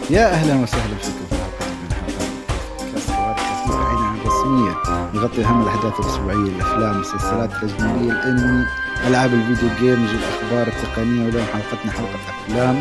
يا أهلا وسهلا فيكم في حلقة من حلقات بودكاست حوادث بعيدة رسمية نغطي أهم الأحداث الأسبوعية، الأفلام، المسلسلات التسجيلية، الأنمي، ألعاب الفيديو جيمز والأخبار التقنية. واليوم حلقتنا حلقة أفلام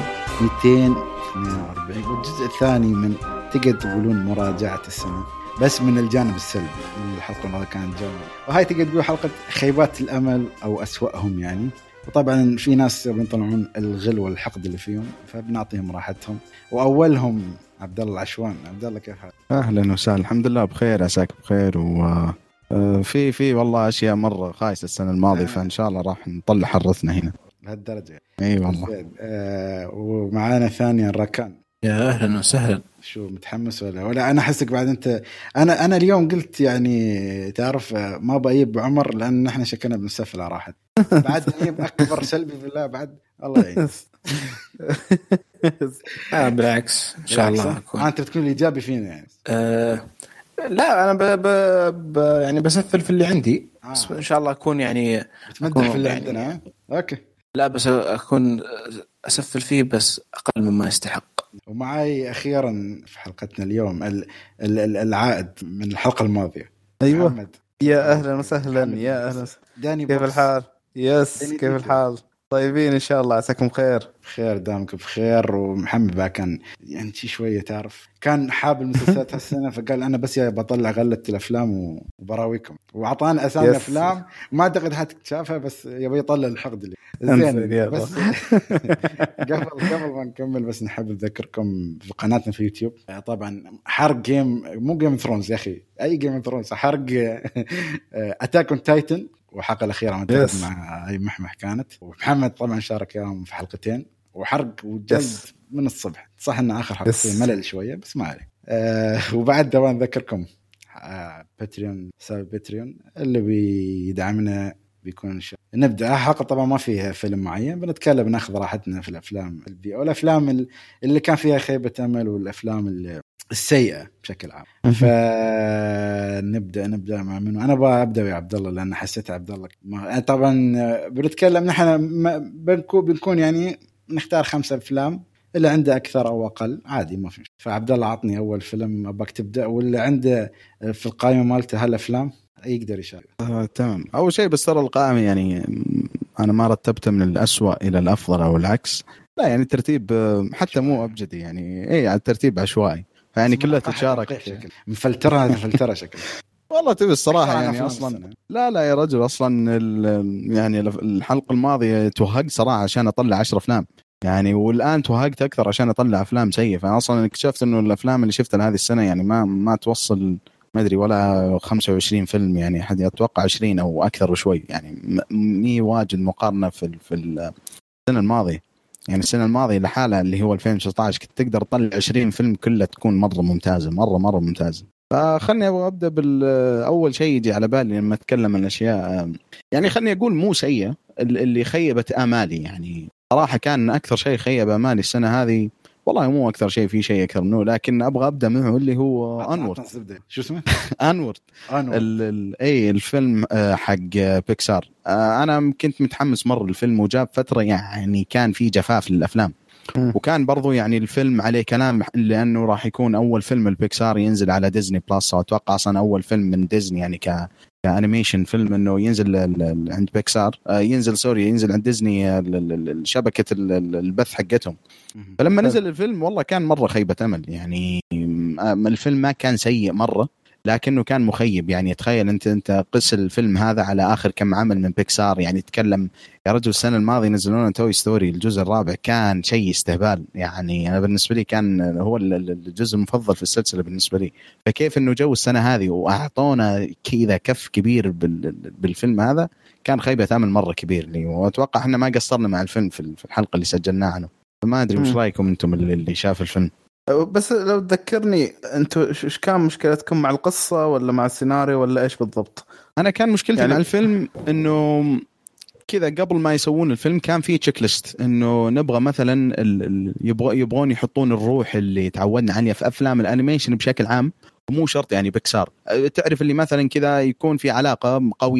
242 والجزء الثاني من تقدر تقولون مراجعة السنة، بس من الجانب السلبي. الحلقة الماضية كانت جو، وهاي تقدر تقول حلقة خيبات الأمل أو أسوأهم يعني. وطبعا في ناس بيطلعون الغل والحقد اللي فيهم، فبنعطيهم راحتهم. واولهم عبد الله العشوان. عبد الله كيف حالك؟ اهلا وسهلا، الحمد لله بخير، عساك بخير. في والله اشياء مره خايسه السنه الماضيه، فان شاء الله راح نطلع حرثنا هنا بهالدرجه. اي والله. ومعانا ثانيا ركان. يا اهلا وسهلا. شو متحمس ولا انا احسك بعد انت؟ انا اليوم قلت يعني تعرف ما بأيب عمر، لان احنا شكلنا بنسفل راحت بعد أيب اكبر سلبي بالله بعد الله يعين. بالعكس ان شاء الله اكون انت بتكون ايجابي فينا يعني. لا انا يعني بسفل في اللي عندي. بس ان شاء الله اكون يعني بتمدح في اللي يعني عندنا. اوكي، لا بس اكون اسفل فيه بس اقل مما يستحق. ومعي اخيرا في حلقتنا اليوم العائد من الحلقه الماضيه. ايوه محمد. يا اهلا وسهلا. يا اهلا داني كيف بوكس. الحال؟ يس داني كيف ديكو. الحال؟ طيبين ان شاء الله، عساكم بخير. بخير، دامك بخير. ومحمد بقى كان يعني شويه تعرف كان حاب المسلسلات هالسنه، فقال انا بس بطلع غله الافلام وبراويكم، واعطانا اسامي افلام ما اعتقد حتشافها، بس يبي يطلع الحقد اللي زين. بس قبل ما نكمل بس نحب نذكركم في قناتنا في يوتيوب. طبعا حرق جيم، مو جيم ثرونز يا اخي، اي جيم ثرونز، حرق اتاك اون تايتن، وحلقة الأخيرة مع أي محمح كانت، ومحمد طبعا شارك يوم في حلقتين، وحرق وجلد من الصبح. صح إن آخر حلقتين ملل شوية بس ما عليه. وبعد دوام نذكركم باتريون، سبب باتريون اللي بيدعمنا بيكون نبدأ حلقة. طبعا ما فيها فيلم معين، بنتكلم ناخذ راحتنا في الأفلام والأفلام اللي كان فيها خيبة أمل، والأفلام السيئة بشكل عام. فنبدأ مع منو؟ أنا أبدأ يا عبد الله، لأن حسيت عبد الله طبعا بنتكلم نحن بنكون يعني نختار 5 أفلام، اللي عنده أكثر أو أقل عادي ما في. فعبد الله عطني أول فيلم أبغاك تبدأ، واللي عنده في القائمة مالته هالأفلام يقدر يشارك. تمام. أول شيء بس ترى القائمة يعني أنا ما رتبتها من الأسوأ إلى الأفضل أو العكس، لا يعني الترتيب حتى مو أبجدي يعني، إيه الترتيب عشوائي، يعني كلها تتشارك مفلترة شكل. والله تبي الصراحة يعني أصلا لا يا رجل، أصلا يعني الحلقة الماضية توهقت صراحة عشان أطلع 10 أفلام يعني، والآن توهقت أكثر عشان أطلع أفلام سيئة. فأنا أصلا اكتشفت إنه الأفلام اللي شفتها هذه السنة يعني ما توصل ما أدري ولا 25 فيلم يعني، أحد أتوقع 20 أو أكثر شوي يعني، مي واجد مقارنة في السنة الماضية. يعني السنة الماضية لحالها اللي هو 2016 كنت تقدر تطلع 20 فيلم كلها تكون مرة ممتازة، مرة ممتازة. فخلني أبدأ بالأول شيء يجي على بالي لما أتكلم عن الأشياء يعني، خلني أقول مو سيئة، اللي خيبت آمالي يعني صراحة. كان أكثر شيء خيب آمالي السنة هذه، والله مو أكثر شيء، في شيء أكثر منه، لكن أبغى أبدأ معه اللي هو أنورد. شو اسمه؟ أنورد. أي الفيلم حق بيكسار. أنا كنت متحمس مرة الفيلم، وجاب فترة يعني كان في جفاف للأفلام، وكان برضو يعني الفيلم عليه كلام لأنه راح يكون أول فيلم البيكسار ينزل على ديزني بلس، وأتوقع أصلا أول فيلم من ديزني يعني كأنيميشن فيلم إنه ينزل عند بيكسار، ينزل عند ديزني شبكة البث حقتهم. فلما نزل الفيلم والله كان مرة خيبة أمل يعني. الفيلم ما كان سيء مرة، لكنه كان مخيب يعني. تخيل انت قس الفيلم هذا على اخر كم عمل من بيكسار يعني. تكلم يا رجل السنه الماضيه نزلونا توي ستوري الجزء الرابع، كان شيء استهبال يعني. انا بالنسبه لي كان هو الجزء المفضل في السلسله بالنسبه لي. فكيف انه جو السنه هذه واعطونا كذا كف كبير بالفيلم هذا، كان خيبه امل مره كبير لي. واتوقع احنا ما قصرنا مع الفيلم في الحلقه اللي سجلناها عنه. فما ادري وش رايكم انتم اللي شاف الفيلم؟ بس لو تذكرني انتم ايش كان مشكلتكم مع القصة ولا مع السيناريو ولا ايش بالضبط؟ انا كان مشكلتي يعني مع الفيلم انه كذا قبل ما يسوون الفيلم كان في تشيك ليست، انه نبغى مثلا يبغون يحطون الروح اللي تعودنا عليها في افلام الانيميشن بشكل عام، ومو شرط يعني بيكسار. تعرف اللي مثلا كذا يكون في علاقة قوية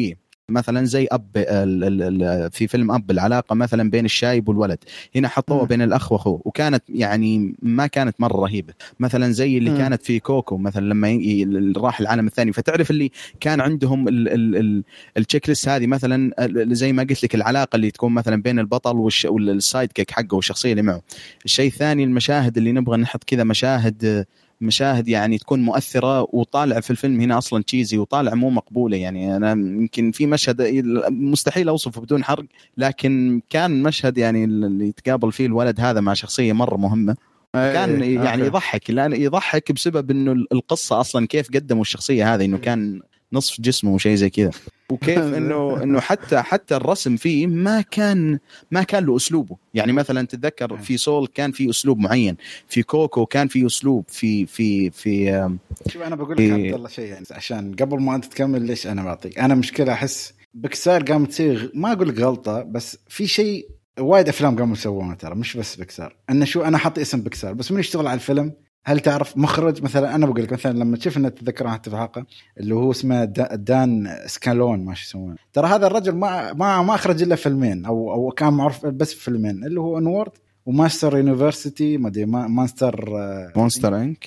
مثلا زي اب في فيلم اب العلاقه مثلا بين الشايب والولد، هنا حطوها بين الاخ واخوه، وكانت يعني ما كانت مره رهيبه. مثلا زي اللي كانت في كوكو مثلا لما راح العالم الثاني، فتعرف اللي كان عندهم التشيك ليست هذه، مثلا زي ما قلت لك العلاقه اللي تكون مثلا بين البطل والسايد كيك حقه والشخصيه اللي معه. الشيء الثاني المشاهد اللي نبغى نحط كذا مشاهد يعني تكون مؤثرة، وطالع في الفيلم هنا أصلا تشيزي وطالع مو مقبولة. يعني أنا يمكن في مشهد مستحيل أوصفه بدون حرق، لكن كان مشهد يعني اللي يتقابل فيه الولد هذا مع شخصية مرة مهمة، كان يعني يضحك، لأن يضحك بسبب إنه القصة أصلا كيف قدموا الشخصية هذا، إنه كان نصف جسمه وشيء زي كذا، وكيف انه حتى الرسم فيه ما كان له اسلوبه. يعني مثلا تتذكر في سول كان في اسلوب معين، في كوكو كان في اسلوب، في شوف انا بقول لك عبد الله شيء يعني عشان قبل ما انت تكمل ليش انا بعطيك انا مشكله. احس بيكسار قامت تسوي ما اقول لك غلطه، بس في شيء وايد افلام قاموا يسوونها ترى، مش بس بيكسار. انه شو انا حاطي اسم بيكسار بس من يشتغل على الفيلم؟ هل تعرف مخرج مثلا؟ انا بقول لك مثلا لما تشوف انك تتذكرها اتفاقه اللي هو اسمه دان سكالون ما شو يسمونه، ترى هذا الرجل ما اخرج الا فيلمين او كان معروف بس في فيلمين، اللي هو انورد وماستر يونيفرسيتي، ما ادري مونستر انك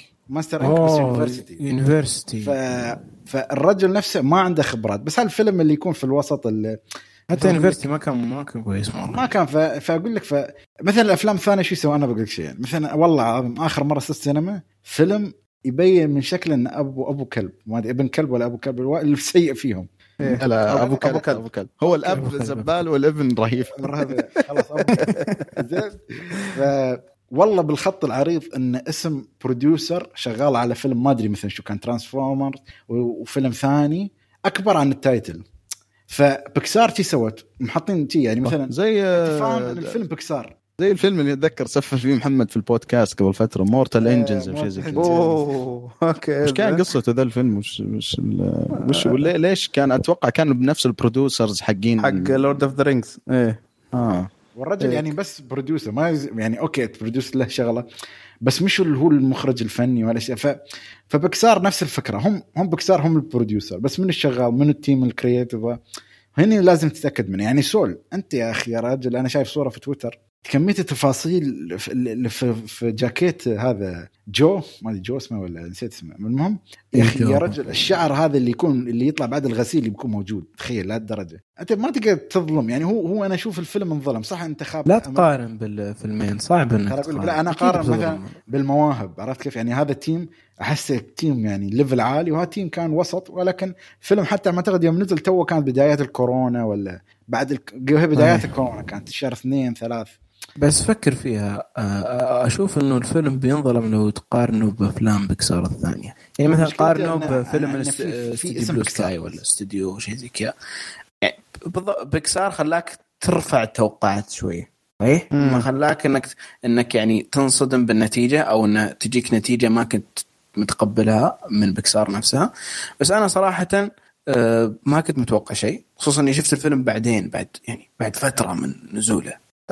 يونيفرسيتي. فالرجل نفسه ما عنده خبرات، بس هالفيلم اللي يكون في الوسط اللي حتى يونيفرسيتي ما كان كويس ما كان. فاقول لك مثلا الافلام الثانيه شو يسوي؟ انا بقول لك شيء مثلا والله اخر مره في السينما فيلم يبين من شكل ان ابو كلب، ما ادري ابن كلب ولا ابو كلب اللي سيء فيهم. لا ابو كلب هو الاب زبال والابن رهيب خلاص زين. والله بالخط العريض ان اسم بروديوسر شغال على فيلم ما ادري مثلا شو كان ترانسفورمر وفيلم ثاني اكبر عن التايتل. فبكسار تي سوت محطين تي يعني مثلا زي الفيلم بكسار زي الفيلم اللي اتذكر سفر فيه محمد في البودكاست قبل فتره، مورتال انجنز او شيء زي كذا. اوكي مش كان قصته ذا الفيلم؟ مش ليش كان اتوقع كانوا بنفس البروديوسرز حق لورد اوف ذا رينجز. والرجل يعني بس بروديوسر ما يعني اوكي بروديوس له شغله بس مش اللي هو المخرج الفني ولا شيء. فبكسار نفس الفكره، هم بكسار هم البروديوسر بس من الشغال من التيم الكرياتيف هنا لازم تتاكد منه. يعني سول انت يا اخي يا راجل، انا شايف صوره في تويتر كميه التفاصيل اللي في جاكيت هذا جو ما ادري جو اسمه ولا نسيت اسمه، المهم يا اخي يا رجل الشعر هذا اللي يطلع بعد الغسيل بيكون موجود، تخيل لهالدرجه. انت ما تقدر تظلم يعني هو انا اشوف الفيلم انظلم صح. انت خاب لا تقارن بالفيلمين، صعب انك لا انا اقارن مثلا بالمواهب، عرفت كيف؟ يعني هذا التيم احس تيم يعني ليفل عالي وهذا تيم كان وسط، ولكن فيلم حتى ما اعتقد يوم نزل تو كانت بدايات الكورونا ولا بعد بدايات الكورونا كانت شهر 2-3. بس فكر فيها أشوف إنه الفيلم بينظلم لو تقارنه بأفلام بيكسار الثانية. يعني مثلا قارنه بفيلم استوديو بلو سكاي ولا استوديو شيء زي كذا. يعني بيكسار خلاك ترفع التوقعات شوية، إيه ما خلاك إنك يعني تنصدم بالنتيجة أو إن تجيك نتيجة ما كنت متقبلها من بيكسار نفسها. بس أنا صراحة ما كنت متوقع شيء، خصوصا إني شفت الفيلم بعد فترة من نزوله.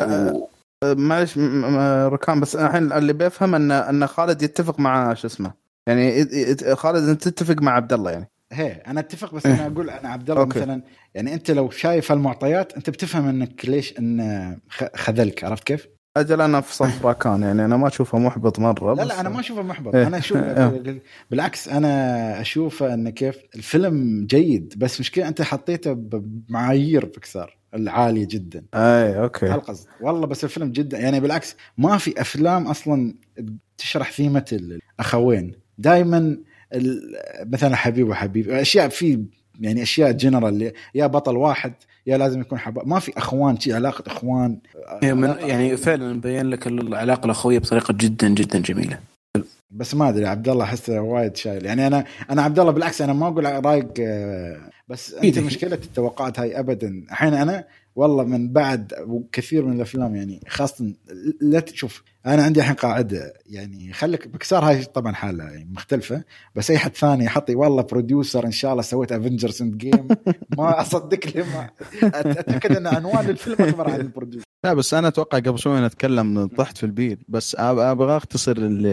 معلش ركان، بس الحين اللي بيفهم ان خالد يتفق مع شو اسمه، يعني خالد انت تتفق مع عبد الله. يعني انا اتفق، بس انا اقول انا عبد الله مثلا يعني انت لو شايف المعطيات انت بتفهم انك ليش ان خذلك، عرفت كيف؟ اجل انا في صف راكان، يعني انا ما اشوفه محبط مره. لا انا ما اشوفه محبط، انا اشوف بالعكس، انا اشوفه ان كيف الفيلم جيد، بس مشكلة انت حطيته بمعايير بيكسار العالية جدا. اوكي هالقصد والله. بس الفيلم جدا يعني بالعكس ما في افلام اصلا تشرح ثيمة الاخوين دائما مثلا حبيب وحبيب، اشياء في يعني اشياء جنرال، يا بطل واحد يا لازم يكون حباب، ما في اخوان شيء علاقة اخوان يعني فعلا مبين لك العلاقة الاخوية بطريقة جدا جدا جميلة. بس ما ادري عبد الله احسه وايد شايل. يعني انا عبد الله بالعكس انا ما اقول رايق، بس انت مشكله التوقعات هاي ابدا. الحين انا والله من بعد وكثير من الافلام يعني خاصه لا تشوف، انا عندي الحين قاعده يعني خليك بكسار هاي طبعا حاله يعني مختلفه، بس اي حد ثاني يحطي والله بروديوسر ان شاء الله سويت افنجرز اند جيم ما اصدق لما اتاكد ان عنوان الفيلم اكبر عن البروديوسر. لا بس انا اتوقع قبل شوي نتكلم طحت في البيت، بس ابغى اختصر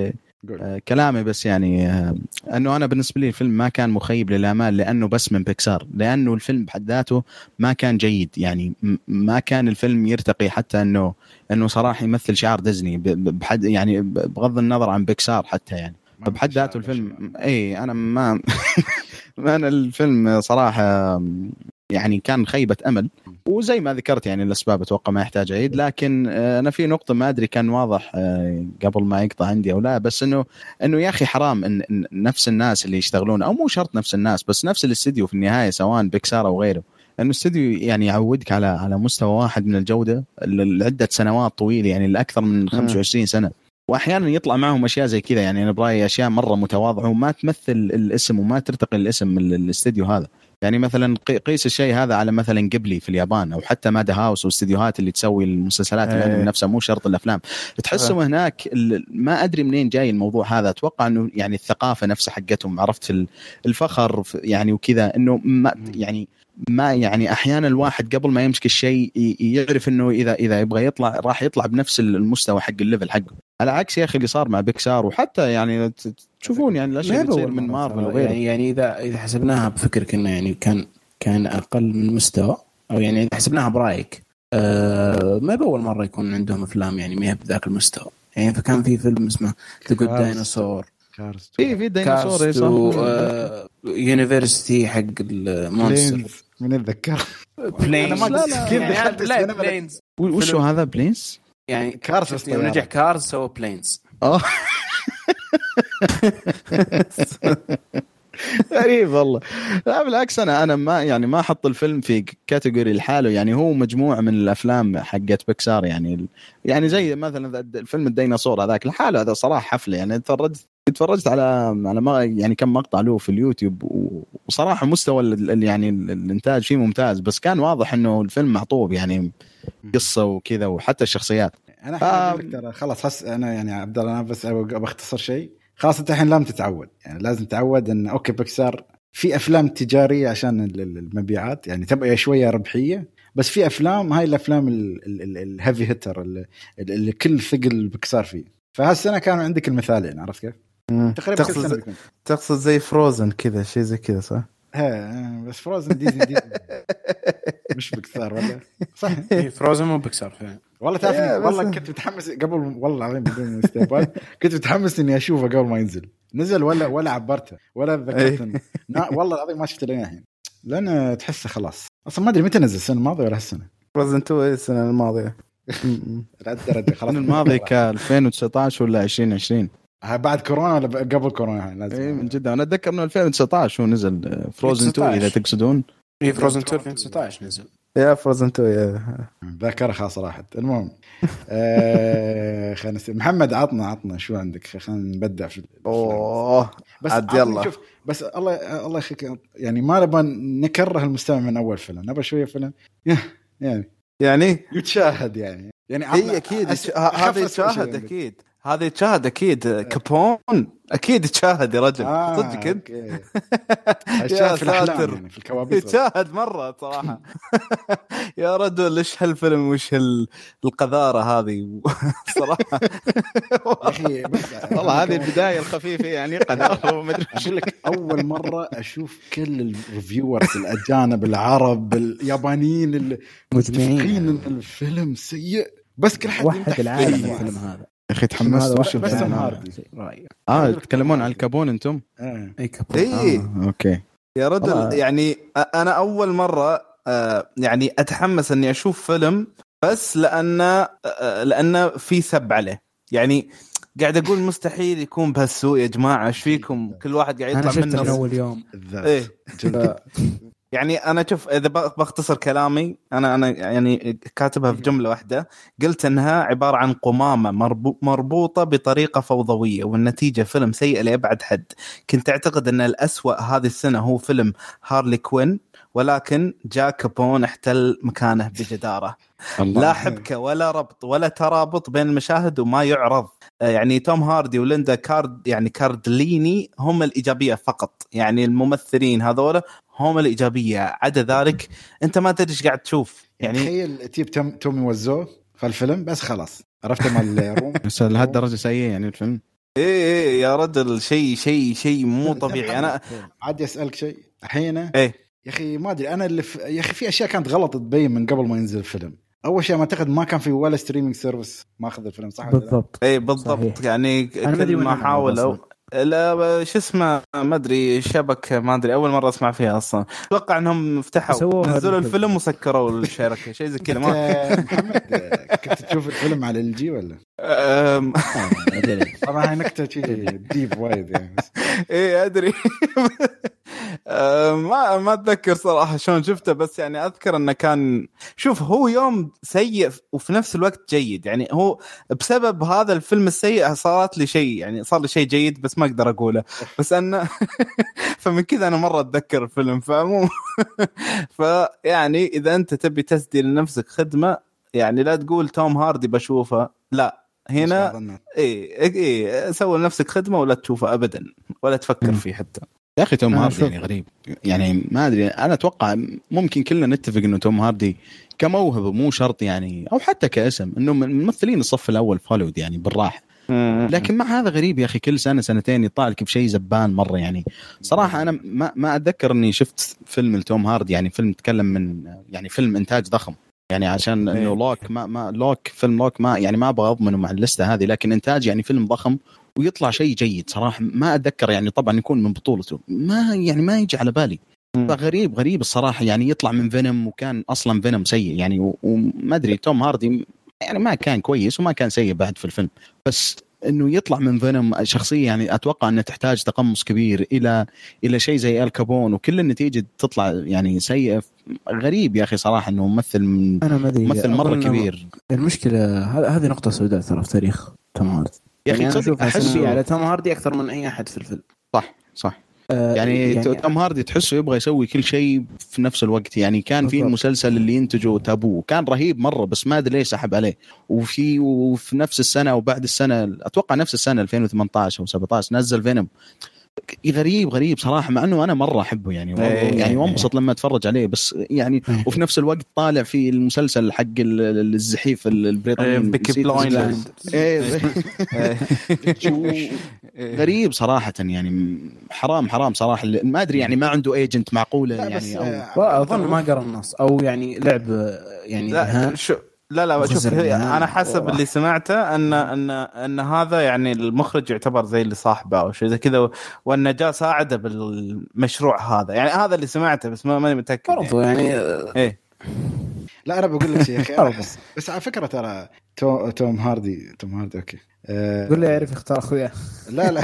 كلامي بس يعني أنه أنا بالنسبة لي الفيلم ما كان مخيب للآمال لأنه بس من بيكسار، لأنه الفيلم بحد ذاته ما كان جيد، يعني ما كان الفيلم يرتقي حتى أنه صراحة يمثل شعار ديزني بحد، يعني بغض النظر عن بيكسار حتى يعني بحد ذاته الفيلم أنا ما أنا الفيلم صراحة يعني كان خيبة أمل، وزي ما ذكرت يعني الأسباب أتوقع ما يحتاج عيد. لكن أنا في نقطة ما أدري كان واضح قبل ما يقطع عندي أو لا، بس إنه يا أخي حرام إن نفس الناس اللي يشتغلون، أو مو شرط نفس الناس، بس نفس الاستديو في النهاية سواء بيكسار أو غيره، إنه الاستديو يعني يعودك على مستوى واحد من الجودة لعدة سنوات طويلة، يعني لأكثر من 25 سنة، واحيانا يطلع معهم اشياء زي كذا. يعني انا برايي اشياء مره متواضعه وما تمثل الاسم وما ترتقي الاسم من الاستديو هذا. يعني مثلا قيس الشيء هذا على مثلا قبلي في اليابان، او حتى مادا هاوس واستديوهات اللي تسوي المسلسلات الانمي نفسها، مو شرط الافلام. تحسهم هناك ما ادري منين جاي الموضوع هذا، اتوقع انه يعني الثقافه نفسها حقتهم، عرفت الفخر يعني وكذا، انه ما يعني احيانا الواحد قبل ما يمسك الشيء يعرف انه اذا يبغى يطلع راح يطلع بنفس المستوى حق الليفل حقه، على عكس يا اخي اللي صار مع بيكسار. وحتى يعني تشوفون يعني الاشياء اللي تصير من مارفل وغيره، يعني اذا حسبناها بفكرك انه يعني كان اقل من مستوى، او يعني اذا حسبناها برايك ما بأول مره يكون عندهم افلام يعني ما هي بذاك المستوى. يعني فكان في فيلم اسمه ذا جود دايناصور، في ديناصور يونيفرسيتي حق المونستر من اتذكر بلينز. لا بلينز وشو هذا بلينز يعني كارز نجح كارز سوى بلينز. غريب والله. لا بالعكس انا ما احط الفيلم في كاتيجوري لحاله، يعني هو مجموعه من الافلام حقت بيكسار، يعني زي مثلا الفيلم الديناصور هذاك لحاله، هذا صراحه حفله. يعني تفرجت على ما يعني كم مقطع له في اليوتيوب، وصراحه مستوى يعني الانتاج فيه ممتاز، بس كان واضح انه الفيلم معطوب يعني قصه وكذا، وحتى الشخصيات. انا لك ترى خلاص انا يعني عبد الله، انا بس بختصر شيء. خلاص انت الحين لازم تتعود، يعني لازم تتعود ان اوكي بيكسار في افلام تجاريه عشان المبيعات، يعني تبقى شويه ربحيه، بس في افلام، هاي الافلام الهيفي هيتر اللي كل ثقل بيكسار فيه. فهالسنه كانوا عندك المثال، يعني عرفت كيف تقريبا تقصد زي فروزن كذا، شيء زي كذا صح؟ بس فروزن ديزني مش بيكسار ولا صح؟ فروزن مو بيكسار فعلا. والله تعرفني والله كنت متحمس قبل، والله العظيم بدون استهبال كنت متحمس اني اشوفه قبل ما نزل ولا عبرته ولا ذكرت والله العظيم ما شفت لين الحين، لان تحسه خلاص اصلا ما ادري متى نزل، السنه الماضيه ولا هالسنه؟ فروزن 2 السنه الماضيه. رد خلاص الماضي ك 2019 ولا 2020 بعد كورونا ولا قبل كورونا؟ لازم من جدا انا اتذكر انه 2019 هو نزل فروزن 2 اذا تقصدون. فروزن 2 2019 نزل يا فروزن 2 يا ذاكره خاصه راحت. المهم خلينا محمد عطنا شو عندك، خلينا نبدع في بس يلا شوف بس الله يخليك، يعني ما نبغى نكره المستمع من اول فيلم، نبغى شويه فيلم يعني يتشاهد، يعني هي اكيد هذا يتشاهد اكيد، هذا يتشاهد اكيد. كابون اكيد يتشاهد يا رجل، صدق كنت يتشاهد في الاحلام، يعني في الكوابيس يتشاهد مره صراحه. يا رجل ايش هالفيلم وش القذاره هذه صراحه. يا اخي والله هذه البدايه الخفيفه، يعني قذاره. ما ادري اقول لك اول مره اشوف كل الريفيورز الاجانب العرب اليابانيين مجمعين ان الفيلم سيء، بس كل حد يمدح العالم الفيلم هذا. اخي تحمست وش بس تتكلمون عن الكابون انتم؟ اي كابون اوكي يا رجل. يعني انا اول مره يعني اتحمس اني اشوف فيلم بس لان في سب عليه، يعني قاعد اقول مستحيل يكون بهالسوء يا جماعه، ايش فيكم؟ كل واحد قاعد يطلع منه من اول يوم. يعني انا شوف اذا بختصر كلامي، انا يعني كاتبها في جمله واحده، قلت انها عباره عن قمامه مربوطه بطريقه فوضويه، والنتيجه فيلم سيء لأبعد حد. كنت اعتقد ان الأسوأ هذه السنه هو فيلم هارلي كوين، ولكن جاك كابون احتل مكانه بجداره. لا حبكه ولا ربط ولا ترابط بين المشاهد وما يعرض. يعني توم هاردي وليندا كاردليني هم الإيجابية فقط، يعني الممثلين هذول هم الإيجابية، عدا ذلك أنت ما تدري إيش قاعد تشوف. يعني تخيل تجيب تومي وزو في الفيلم بس خلاص عرفت مال روم بس لهالدرجة سيء يعني الفيلم. ايه يا رجل شيء مو طبيعي. انا عادي اسالك شيء الحين. ايه يا اخي ما ادري انا اللي يا اخي في اشياء كانت غلط تبين من قبل ما ينزل الفيلم. اول شيء ما اعتقد ما كان في ولا ستريمينج سيرفيس ماخذ الفيلم صح بالضبط. ايه بالضبط صحيح. يعني كل ما حاولوا لا شو اسمه ما ادري شبكه ما ادري اول مره اسمع فيها اصلا. اتوقع انهم فتحوا نزلوا الفيلم وسكروا الشركه شيء زي كذا. ما محمد كنت تشوف الفيلم على الجي ولا طبعا هاي نكته ديب وايد يعني. ايه ادري ما اتذكر صراحه شلون شفته بس يعني اذكر انه كان شوف هو يوم سيء وفي نفس الوقت جيد. يعني هو بسبب هذا الفيلم السيء صارت لي شيء يعني صار لي شيء جيد بس ما اقدر اقوله بس انه فمن كذا انا مره اتذكر الفيلم فمو فيعني اذا انت تبي تسدي لنفسك خدمه يعني لا تقول توم هاردي بشوفه لا هنا ايه سوي لنفسك خدمه ولا تشوفه ابدا ولا تفكر فيه حتى. يا اخي توم هاردي يعني غريب يعني ما ادري انا اتوقع ممكن كلنا نتفق انه توم هاردي كموهبه مو شرط يعني او حتى كاسم انه من ممثلين الصف الاول في هوليوود يعني بالراحه. لكن مع هذا غريب يا اخي كل سنه سنتين يطلع لك بشيء زبان مره يعني صراحه. انا ما اتذكر اني شفت فيلم لتوم هاردي يعني فيلم تكلم من يعني فيلم انتاج ضخم يعني عشان انه لوك ما لوك فيلم لوك ما يعني ما ابغى اضمنه مع اللسته هذه لكن انتاج يعني فيلم ضخم ويطلع شيء جيد صراحه ما اتذكر يعني طبعا يكون من بطولته ما يعني ما يجي على بالي. فغريب الصراحه يعني يطلع من فينوم وكان اصلا فينوم سيء يعني وما ادري توم هاردي يعني ما كان كويس وما كان سيء بعد في الفيلم بس انه يطلع من فينوم شخصيه يعني اتوقع انها تحتاج تقمص كبير الى شيء زي الكابون وكل النتيجه تطلع يعني سيئه. غريب يا اخي صراحه انه ممثل مره كبير. المشكله هذه نقطه سوداء ترى في تاريخ توم هاردي يا اخي. يعني احس على توم هاردي اكثر من اي احد في الفيلم. صح يعني توم هاردي تحسه يبغى يسوي كل شيء في نفس الوقت يعني كان في المسلسل اللي ينتجه تابو كان رهيب مرة بس ما أدري ليش سحب عليه وفي نفس السنة وبعد السنة أتوقع نفس السنة 2018 أو 17 نزل فينوم. غريب صراحة مع أنه أنا مرة أحبه يعني يعني وانبسط لما أتفرج عليه بس يعني وفي نفس الوقت طالع في المسلسل حق الزحيف البريطاني بيكي بلايندرز. غريب صراحة يعني حرام صراحة ما أدري يعني ما عنده ايجنت معقولة يعني أو أظن ما قرأ النص أو يعني لعب يعني لا شوف انا حسب اللي سمعته ان هذا يعني المخرج يعتبر زي اللي صاحبه او شيء زي كذا وان جاء ساعده بالمشروع هذا يعني هذا اللي سمعته بس ماني متاكد برضو يعني ايه. لا انا بقول لك شيء يا اخي بس على فكره ترى توم هاردي اوكي قول لي يعرف يختار اخويا. لا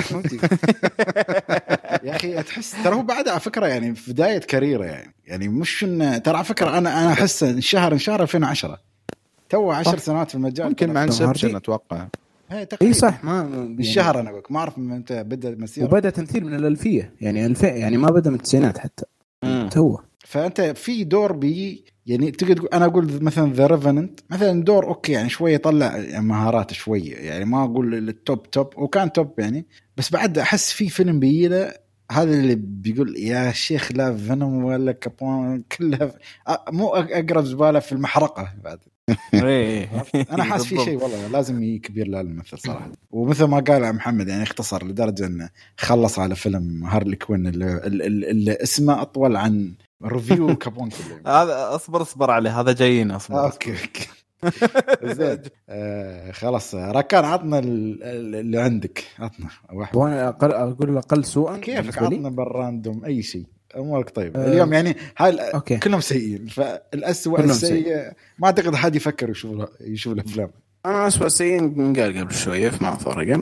يا اخي تحس ترى هو بعد على فكره يعني في بدايه كاريره يعني مش ترى على فكره انا احس انشهر 2010 تو 10 سنوات في المجال ممكن مع انسبشن اتوقع. اي صح ما الشهر انا ما اعرف من متى بدا المسيره وبدا تمثيل من الالفيه يعني يعني ما بدا من التسعينات حتى تو. فانت في دور يعني تقدر انا اقول مثلا ذا ريفننت مثلا دور اوكي يعني شويه يطلع مهارات شويه يعني ما اقول التوب وكان توب يعني بس بعد احس في فيلم بيجي هذا اللي بيقول يا شيخ لا فينوم ولا كابون كلها مو اقرب زباله في المحرقه بعد. انا حاس في شيء والله لازم كبير للممثل صراحه ومثل ما قال محمد يعني اختصر لدرجه انه خلص على فيلم هارلي كوين اللي اسمه اطول عن ريفيو كابون كله. هذا اصبر عليه هذا جايين اصلا. اوكي زين خلاص ركان عطنا اللي عندك عطنا واحد وانا اقول اقل سوءا كيف عطنا بالراندوم اي شيء امورك طيب اليوم يعني هاي كلهم سيئين فالاسوأ السيء ما اعتقد حد يفكر يشوف الافلام. انا اسوأ سيء قال قبل شويه في معفرقه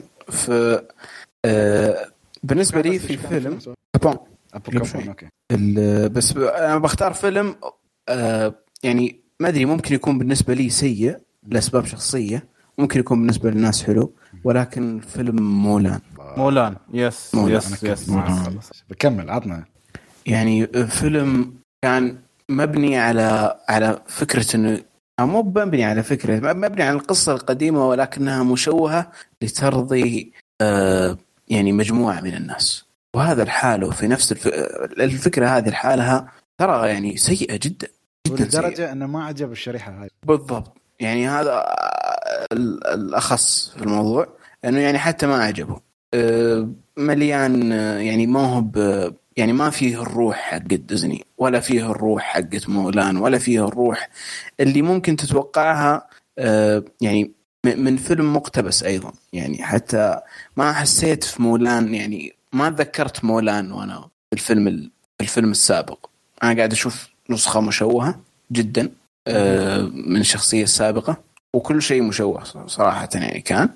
بالنسبه لي في فيلم كابون اوكي بس انا بختار فيلم يعني ما ادري ممكن يكون بالنسبه لي سيء لاسباب شخصيه ممكن يكون بالنسبه للناس حلو ولكن فيلم مولان يس بكمل عطنا يعني فيلم كان مبني على فكره انه مو مبني على فكره مبني على القصه القديمه ولكنها مشوهه لترضي يعني مجموعه من الناس وهذا الحاله في نفس الفكره هذه الحالها ترى يعني سيئه جدا لدرجة أنه ما عجب الشريحة هاي بالضبط. يعني هذا الأخص في الموضوع أنه يعني حتى ما عجبه مليان يعني ما هو يعني ما فيه الروح حق ديزني، ولا فيه الروح حقت مولان، ولا فيه الروح اللي ممكن تتوقعها يعني من فيلم مقتبس أيضا. يعني حتى ما حسيت في مولان، يعني ما تذكرت مولان وأنا الفيلم السابق. أنا قاعد أشوف نسخة مشوهة جدا من الشخصية السابقة، وكل شيء مشوه صراحة يعني كان.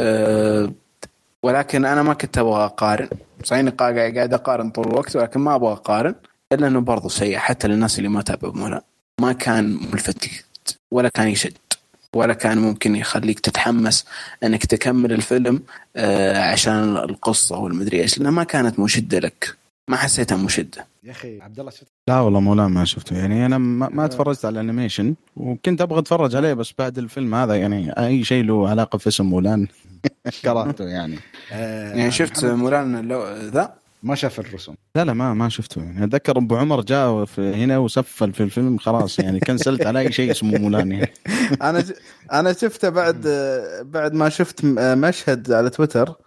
ولكن أنا ما كنت أبغى أقارن، صحيح قاعد أقارن طول الوقت، ولكن ما أبغى أقارن، إلا أنه برضو سيء حتى للناس اللي ما تابعوا مولان. ما كان ملفت ولا كان يشد، ولا كان ممكن يخليك تتحمس أنك تكمل الفيلم عشان القصة والمدري إيش، لأنها ما كانت مشدة لك، ما حسيتها مشدة. يا أخي عبد الله شفت؟ لا والله مولان ما شفته، يعني أنا ما تفرجت على الأنيميشن، وكنت أبغى أتفرج عليه، بس بعد الفيلم هذا يعني أي شيء له علاقة في اسم مولان كرهته يعني. يعني شفت مولان ذا؟ ما شاف الرسوم؟ لا ما شفته. يعني أتذكر أبو عمر جاء هنا وسفل في الفيلم، خلاص يعني كنسلت على أي شيء اسمه مولان يعني. أنا شفته بعد ما شفت مشهد على تويتر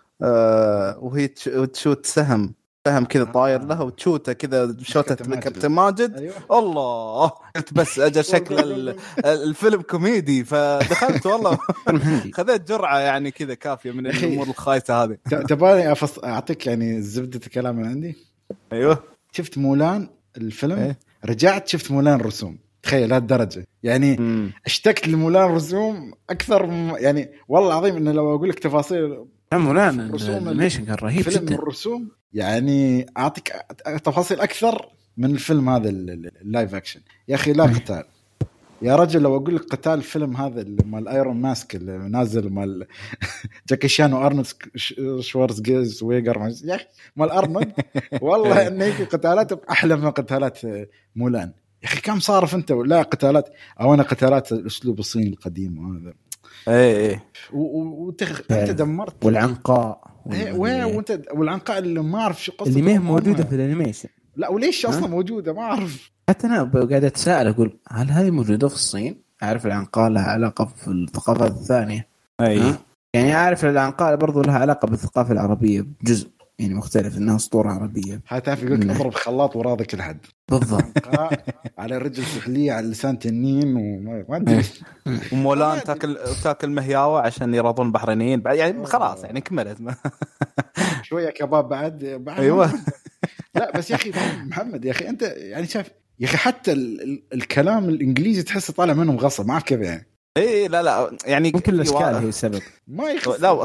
وهي تشوت سهم كذا طاير لها وتشوته كذا شوتة كابتن ماجد. أيوة. الله قلت بس أجل شكل الفيلم كوميدي، فدخلت والله خذيت جرعة يعني كذا كافية من الأمور الخايسة هذه. تبالي أعطيك يعني زبدة الكلام من عندي. أيوه شفت مولان الفيلم رجعت شفت مولان الرسوم، تخيل هالدرجة يعني. اشتقت لمولان الرسوم أكثر يعني والله العظيم إنه لو أقول لك تفاصيل مولان الانيميشن كان رهيب فيلم جدا. الرسوم يعني أعطيك تفاصيل أكثر من الفيلم هذا اللايف أكشن. يا أخي لا قتال يا رجل، لو أقول لك قتال الفيلم هذا مال ايرون ماسك اللي نازل مال جاكي شان وارنولد شوارزنيجر ويجر يا أخي مال ارنولد والله إن هيك قتالات أحلى من قتالات مولان. يا أخي كم صارف أنت ولا قتالات، أو أنا قتالات الأسلوب الصيني القديم وهذا ايه انت دمرت والعنقاء وانت والعنقاء اللي ما اعرف شو قصته، اللي ما هي موجوده في الانيميشن. لا وليش اصلا موجوده ما اعرف. حتى انا قاعد اتساءل اقول هل هذه موجوده في الصين؟ اعرف العنقاء لها علاقه في الثقافه الثانيه، يعني اعرف العنقاء برضو لها علاقه بالثقافه العربيه بجزء يعني مختلف، انها اسطوره عربيه. هتعرف يقولك اضرب خلاط وراضي كل حد بالضبط على الرجل سحليه على لسان تنين وما ادري. ومولان تاكل مهياوه عشان يراضون البحرينيين بعد يعني خلاص يعني كملت شويه كباب بعد ايوه. لا بس يا اخي محمد يا اخي انت يعني شايف يا اخي حتى الكلام الانجليزي تحس طالع منهم غصب، ما اعرف كيف يعني. ايه لا يعني ممكن الاشكال هي السبب. ما يخص لا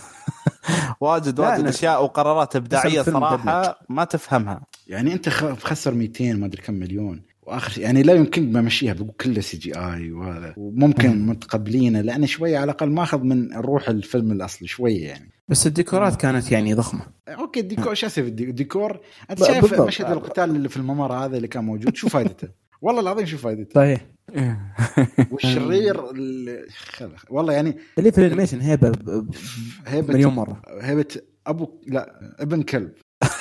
واجد اشياء وقرارات ابداعيه صراحه ما تفهمها. يعني انت خسر 200 ما ادري كم مليون، واخر يعني لا يمكن بمشيها بقول كله سي جي اي وهذا، وممكن متقبلينه لانه شويه على الاقل ماخذ من روح الفيلم الاصلي شويه يعني. بس الديكورات كانت يعني ضخمه. اوكي الديكور شو اسف الديكور انت شايف مشهد القتال اللي في الممر هذا اللي كان موجود شو فائدته؟ والله العظيم شو فائدته؟ صحيح. والشرير والله يعني اللي في الانيميشن هيبه مليون مره هيبه لا ابن كلب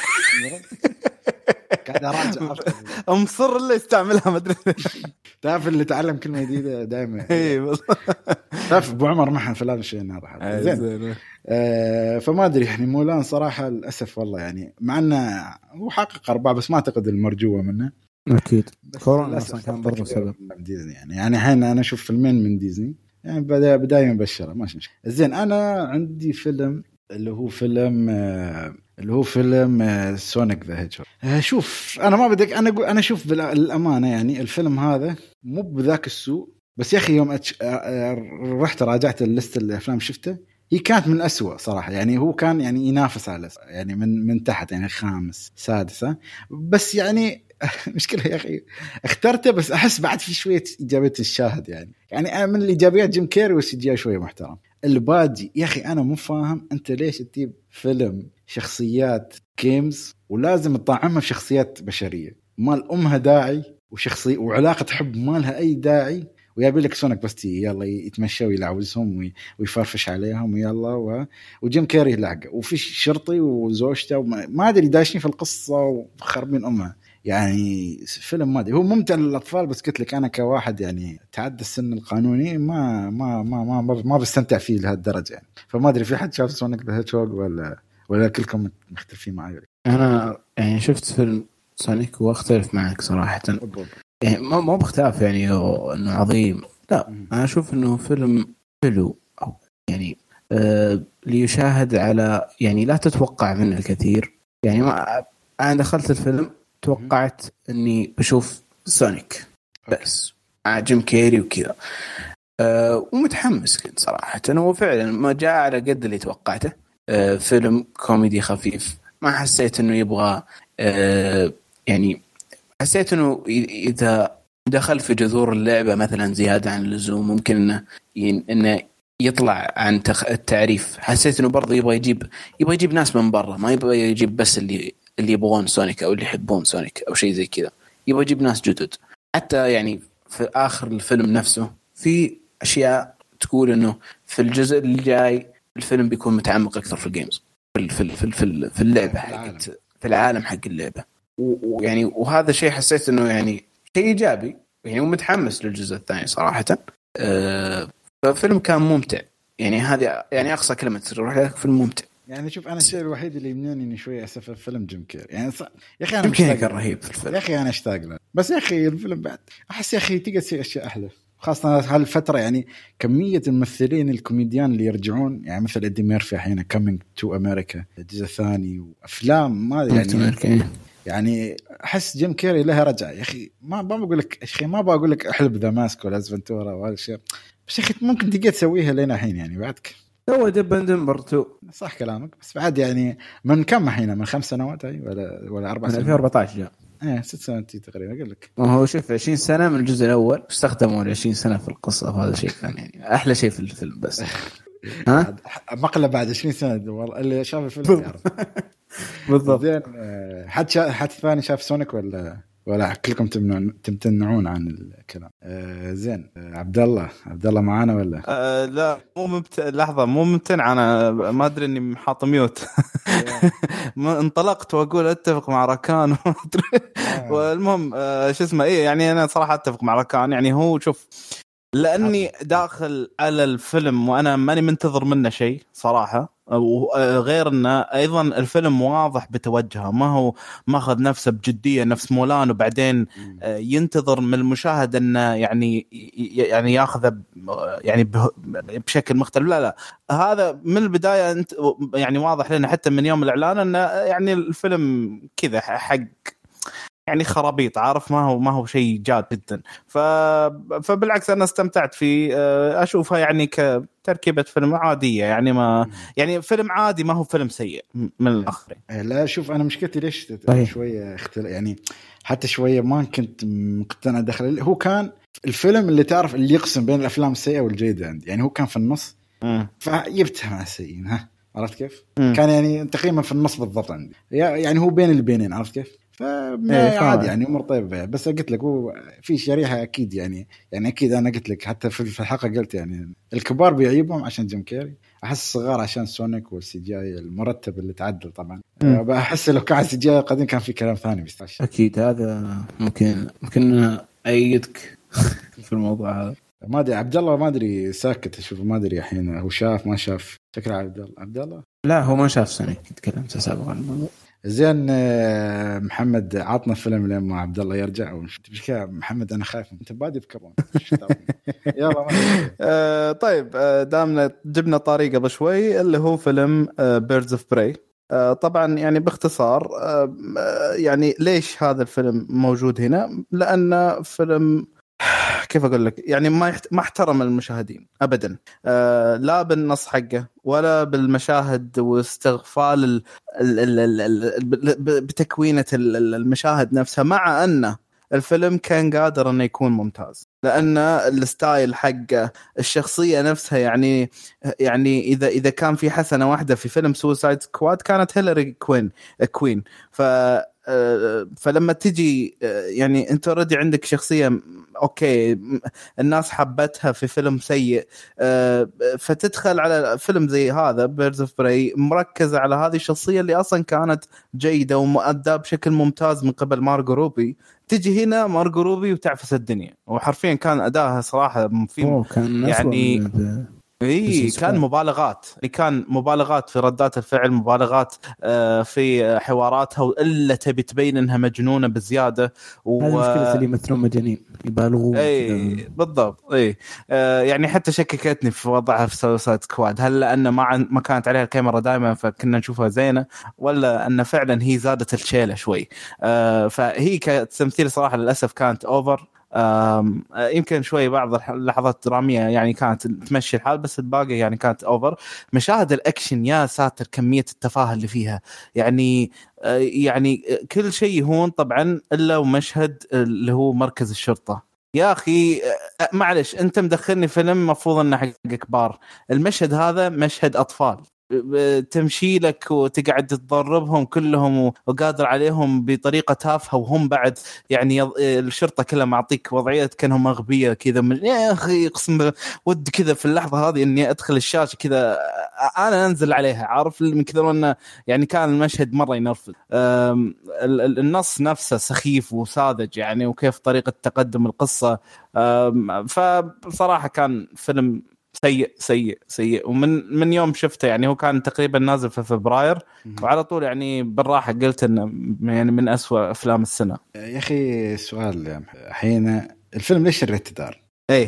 قاعد اراجع مصر اللي يستعملها ما ادري. تعرف اللي تعلم كلمه جديده دائما. اي تعرف ابو عمر محن فلان الشيء هذا زين. فما ادري يعني مولان صراحه للاسف والله يعني مع انه هو حقق 4 بس ما اعتقد المرجوه منه. اكيد كورونا اصلا كان برضه سبب يعني الحين انا اشوف فيلمين من ديزني يعني بدايه مبشره ماشي زين. انا عندي فيلم اللي هو فيلم سونيك ذا هيدجهوج. شوف انا ما بدك انا اشوف بالامانه يعني الفيلم هذا مو بذاك السوء، بس يا اخي يوم رحت راجعت الليست الافلام شفته هي كانت من أسوأ صراحه. يعني هو كان يعني ينافس على يعني من تحت يعني 5 6 بس يعني مشكله يا اخي اخترته، بس احس بعد في شويه ايجابيه الشاهد يعني انا من الايجابيات جيم كيري والسي شويه محترم. الباجي يا اخي انا مو فاهم انت ليش تجيب فيلم شخصيات جيمز ولازم تطعمها في شخصيات بشريه مال امها داعي وشخصيه وعلاقه حب مالها اي داعي، ويابي لك سونيك بس يلا يتمشى ويلعوزهم ويفرفش عليهم ويلا وجيم كيري لعقه وفي شرطي وزوجته ما ادري داشين في القصه وخربين امها. يعني فيلم مادي هو ممتع للأطفال، بس قلت لك أنا كواحد يعني تعدى السن القانوني ما بستمتع فيه لهالدرجة يعني. فما أدري في حد شاف سونيك ذا هيدجهوج ولا كلكم مختلفين معي؟ انا يعني شفت فيلم سونيك واختلف معك صراحه. يعني ما باختلاف يعني انه عظيم، لا انا اشوف انه فيلم حلو، او يعني ليشاهد على، يعني لا تتوقع منه الكثير. يعني ما انا دخلت الفيلم توقعت اني بشوف سونيك بس مع جيم كيري وكذا، ومتحمس كنت صراحه. هو فعلا ما جاء على قد اللي توقعته. فيلم كوميدي خفيف، ما حسيت انه يبغى يعني حسيت انه اذا دخل في جذور اللعبه مثلا زياده عن اللزوم ممكن انه يطلع عن التعريف. حسيت انه برضه يبغى يجيب ناس من برا، ما يبغى يجيب بس اللي يبغون سونيك او اللي يحبون سونيك او شيء زي كذا، يبغى يجيب ناس جدد. حتى يعني في اخر الفيلم نفسه في اشياء تقول انه في الجزء اللي جاي الفيلم بيكون متعمق اكثر في الجيمز، في اللعبه حقت، في العالم حق اللعبه. ويعني وهذا شيء حسيت انه يعني شيء ايجابي، يعني ومتحمس للجزء الثاني صراحه. فالفيلم كان ممتع، يعني هذه يعني اقصى كلمه تروح لك، فيلم ممتع. يعني شوف انا الشيء الوحيد اللي يمنعني اني شوي اسف الفيلم جيم كيري، يعني يا اخي انا مشتاق، كان رهيب في الفيلم يا اخي انا اشتاق له، بس يا اخي الفيلم بعد احس يا اخي تقدر تصير اشياء احلى، خاصه هالفتره. يعني كميه الممثلين الكوميديان اللي يرجعون، يعني مثل إدي ميرفي الحين كامينج تو امريكا الجزء الثاني، وافلام ما يعني احس جيم كيري لها رجع يا اخي. ما بقول لك يا اخي، ما بقول لك احلب ذا ماسك ولا أزفنتورا وهذا الشيء، بس يا اخي ممكن تقدر تسويها لنا الحين يعني بعدك. هو دبندمبر 2 صح كلامك، بس بعد يعني من كم الحين؟ من 5 سنوات هاي ولا 4 سنوات؟ 2014 جاء 6 سنوات تقريبا اقول لك. هو شوف 20 سنه من الجزء الاول، استخدموا 20 سنه في القصه، وهذا شيء كان يعني احلى شيء في الفيلم. بس ها مقلب بعد 20 سنه والله اللي شاف الفيلم يعرف بالضبط. زين حد ثاني شاف سونيك ولا كلكم تمتنعون عن الكلام؟ زين عبد الله معانا ولا لا مو لحظه مو ممتنع، انا ما ادري اني حاط ميوت انطلقت واقول اتفق مع ركان والمهم شو اسمه ايه، يعني انا صراحه اتفق مع ركان. يعني هو شوف، لاني داخل على الفيلم وانا ماني منتظر منه شيء صراحه، وغير انه ايضا الفيلم واضح بتوجهه، ما هو ماخذ نفسه بجديه نفس مولان وبعدين ينتظر من المشاهد انه يعني ياخذه يعني بشكل مختلف. لا هذا من البدايه انت يعني واضح لنا حتى من يوم الاعلان انه يعني الفيلم كذا حق يعني خرابيط، عارف، ما هو شيء جاد جدا. فبالعكس انا استمتعت فيه، اشوفها يعني كتركيبه فيلم عاديه، يعني ما يعني فيلم عادي، ما هو فيلم سيء من الاخر. لا شوف انا مشكلتي ليش شويه يعني حتى شويه ما كنت مقتنع داخل. هو كان الفيلم اللي تعرف اللي يقسم بين الافلام السيئه والجيده عندي، يعني هو كان في النص فجبتها مع السيئين، ها عرفت كيف؟ كان يعني تقريبا في النص بالضبط عندي، يعني هو بين البينين، عرفت كيف؟ عادي يعني امور طيبه. بس قلت لك هو في شريحه اكيد يعني اكيد انا قلت لك حتى في الحلقه قلت يعني الكبار بيعيبهم عشان جيم كيري، احس الصغار عشان سونيك والسي جي المرتب اللي تعدل طبعا. بحس لو كان سي جي قديم كان في كلام ثاني بيستعش. اكيد هذا ممكن ايدك في الموضوع هذا. ما ادري عبد الله، ما ادري ساكت اشوف، ما ادري الحين هو شاف ما شاف شكله عبد الله لا هو ما شاف سونيك، تكلمت سابقا عن الموضوع. زين محمد عطنا فيلم لما عبد الله يرجع وش كذا. محمد انا خايف انت بادي بكرون يلا طيب دامنا جبنا طريقه بشوي اللي هو فيلم بيردز اوف براي. طبعا يعني باختصار يعني ليش هذا الفيلم موجود هنا؟ لأنه فيلم كيف أقول لك، يعني ما احترم المشاهدين أبدا، لا بالنص حقه ولا بالمشاهد واستغفال بتكوينة المشاهد نفسها، مع أنه الفيلم كان قادر أنه يكون ممتاز، لأن الستايل حقه الشخصية نفسها يعني إذا كان في حسنة واحدة في فيلم سوسايد سكواد كانت هيلاري كوين. فلما تجي يعني أنت ردي عندك شخصية أوكي الناس حبتها في فيلم سيء، فتدخل على فيلم زي هذا بيردز اوف براي مركز على هذه الشخصية اللي أصلا كانت جيدة ومؤدى بشكل ممتاز من قبل مارغو روبي، تجي هنا مارغو روبي وتعفس الدنيا. وحرفيا كان أداها صراحة في كان يعني كان مبالغات، كان مبالغات في ردات الفعل، مبالغات في حواراتها، وإلا تبي تبين انها مجنونه بزياده. هذه مشكله اللي يمثلون مجانين يبالغون. بالضبط. يعني حتى شككتني في وضعها في سوسايد سكواد، هل لان ما كانت عليها الكاميرا دائما فكنا نشوفها زينه، ولا ان فعلا هي زادت الشيله شوي. فهي كتمثيل صراحه للاسف كانت اوفر. يمكن شوي بعض اللحظات الدرامية يعني كانت تمشي الحال، بس الباقي يعني كانت أوفر. مشاهد الأكشن يا ساتر كمية التفاهة اللي فيها، يعني كل شيء هون طبعا إلا ومشهد اللي هو مركز الشرطة. يا أخي معلش أنت مدخلني فيلم مفروض أنه حق كبار، المشهد هذا مشهد أطفال، تمشي لك وتقعد تضربهم كلهم وقادر عليهم بطريقة تافهة، وهم بعد يعني الشرطة كلها معطيك وضعية كأنهم أغبياء كذا. يا أخي قسم ود كذا في اللحظة هذه إني أدخل الشاشة كذا أنا أنزل عليها، عارف من كذا، أنه يعني كان المشهد مرة ينرفز. النص نفسه سخيف وساذج يعني، وكيف طريقة تقدم القصة. فبصراحة كان فيلم سيء سيء سيء. ومن يوم شفته يعني هو كان تقريبا نازل في فبراير، وعلى طول يعني بالراحة قلت انه يعني من أسوأ افلام السنة. يا اخي سؤال حين الفيلم ليش الريت دار؟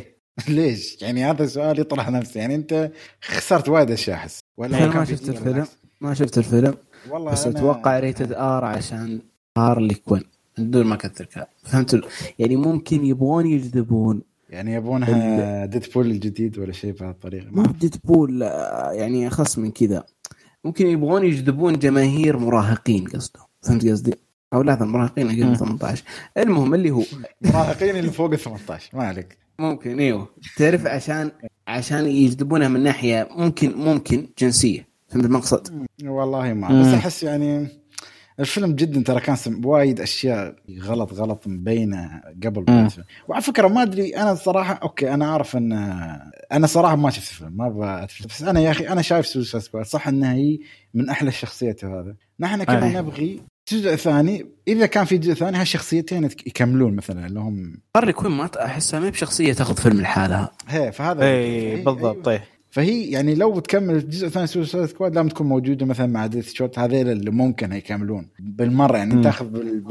ليش يعني؟ هذا سؤال يطرح نفسه. يعني انت خسرت وايد اشياء احس، ولا ما شفت الفيلم؟ ما شفت الفيلم والله، بس اتوقع ريتد ار عشان هارلي كوين بدون ما كثر كلام، فهمت؟ يعني ممكن يبغون يجذبون، يعني يبونها ديدبول الجديد ولا شيء بهالطريقة. ما ديدبول يعني أخص من كذا، ممكن يبغون يجذبون جماهير مراهقين قصدهم، فهمت قصدي؟ أو لا المراهقين أقل 18، المهم اللي هو مراهقين اللي فوق 18 ما عليك، ممكن ايوه تعرف، عشان يجذبونها من ناحية ممكن جنسية، فهمت المقصد؟ والله ما بس أحس يعني الفيلم جدا ترى كان وايد اشياء غلط مبينه قبل. وعلى فكره ما ادري انا الصراحه، اوكي انا اعرف ان انا صراحه ما شفت الفيلم، ما بأتفل. بس انا يا اخي انا شايف سوسايد سكواد صح انها هي من احلى الشخصيات، هذا نحن كنا نبغي جزء ثاني. اذا كان في جزء ثاني هالشخصيتين يكملون مثلا اللي هم هارلي كوين، ما احسها ما بشخصيه تاخذ فيلم لحالها. فهذا بالضبط. فهي يعني لو بتكمل الجزء الثاني سوسايد سكواد لازم تكون موجوده مثلا مع ديث شوت، هذيل اللي ممكن يكملون بالمره يعني تاخذ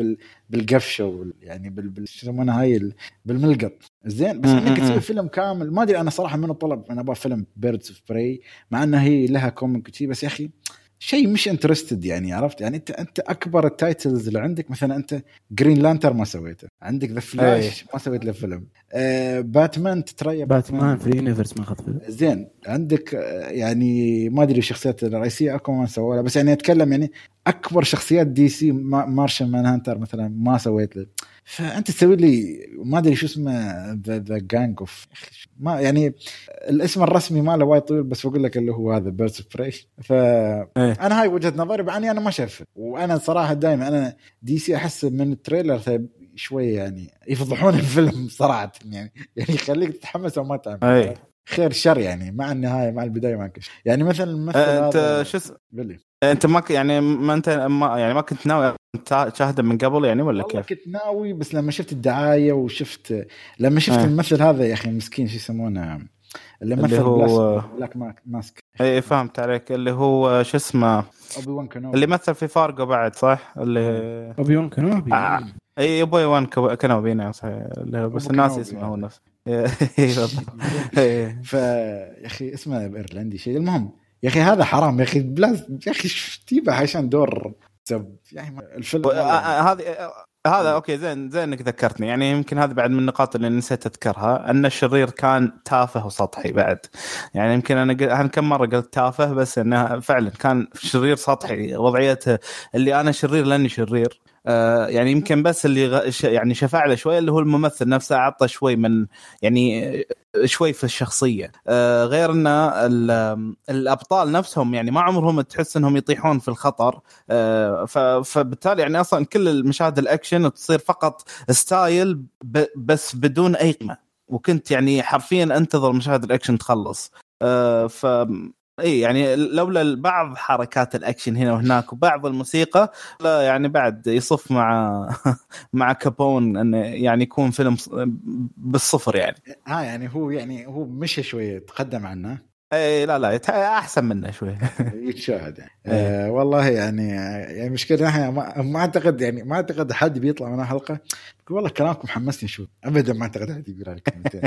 بالقفشه يعني يسمونها هاي بالملقط زين. بس انك تسوي فيلم كامل ما ادري انا صراحه منو طلب، انا ابغى فيلم بيردز اوف براي مع انها هي لها كوميك كتير، بس يا اخي شيء مش انترستد يعني، عرفت يعني انت اكبر التايتلز اللي عندك مثلا انت جرين لانتر ما سويته، عندك ذا فلاش ما سويت له فيلم، باتمان تتريا باتمان في اليونيفرس ما اخذ فيلم زين، عندك يعني ما ادري الشخصيات الرئيسيه اكو ما سووا، بس يعني اتكلم يعني اكبر شخصيات دي سي مارشال مان هانتر مثلا ما سويت له، فانت تسوي لي ما ادري شو اسمه ذا جانج اوف، ما يعني الاسم الرسمي ماله وايد طويل، بس بقول لك اللي هو هذا بيردز اوف براي. فانا هاي وجهه نظري يعني انا ما شايف. وانا صراحه دائما انا دي سي احس من التريلر شويه يعني يفضحون الفيلم صراحه، يعني يخليك تتحمس او ما تتحمس، خير شر يعني مع النهايه مع البدايه ما كش يعني مثلا الممثل انت شو انت ما يعني ما انت يعني ما كنت ناوي تشاهده من قبل يعني ولا كيف؟ كنت ناوي، بس لما شفت الدعايه وشفت لما شفت الممثل هذا يا اخي مسكين شو يسمونه اللي مثل بلاك ماسك، اي فهمت عليك، اللي هو شو اسمه أوبي-وان كانوبي اللي مثل في فارغو بعد صح، اللي أوبي-وان كانوبي اي أوبي-وان كانوبي نعم صحيح، بس الناس اسمه هو نفسه فيا اخي اسمه ايرلندي شيء. المهم يا اخي هذا حرام يا اخي بلاز يا اخي تجيبه عشان دور سب يعني الفيلم هذا اوكي زين انك ذكرتني، يعني يمكن هذا بعد من النقاط اللي نسيت اذكرها، ان الشرير كان تافه وسطحي بعد، يعني يمكن انا كم مره قلت تافه، بس انه فعلا كان شرير سطحي، وضعيته اللي انا شرير لاني شرير. يعني يمكن بس اللي يعني شفع له شويه اللي هو الممثل نفسه، عطى شوي من يعني شوي في الشخصيه، غير ان الابطال نفسهم يعني ما عمرهم تحس انهم يطيحون في الخطر، فبالتالي يعني اصلا كل المشاهد الاكشن تصير فقط ستايل بس بدون اي قيمه، وكنت يعني حرفيا انتظر مشاهد الاكشن تخلص. ف اي يعني لولا بعض حركات الاكشن هنا وهناك وبعض الموسيقى، لا يعني بعد يصف مع كابون انه يعني يكون فيلم بالصفر يعني. يعني هو مشى شويه تقدم عنه، اي لا احسن منه شوي. يتشاهد يعني. والله يعني مشكلة احنا ما اعتقد يعني ما اعتقد حد بيطلع من حلقة يقول والله كلامكم حمسني شو ابدا، ما اعتقد حد يقول عليك كلمتين.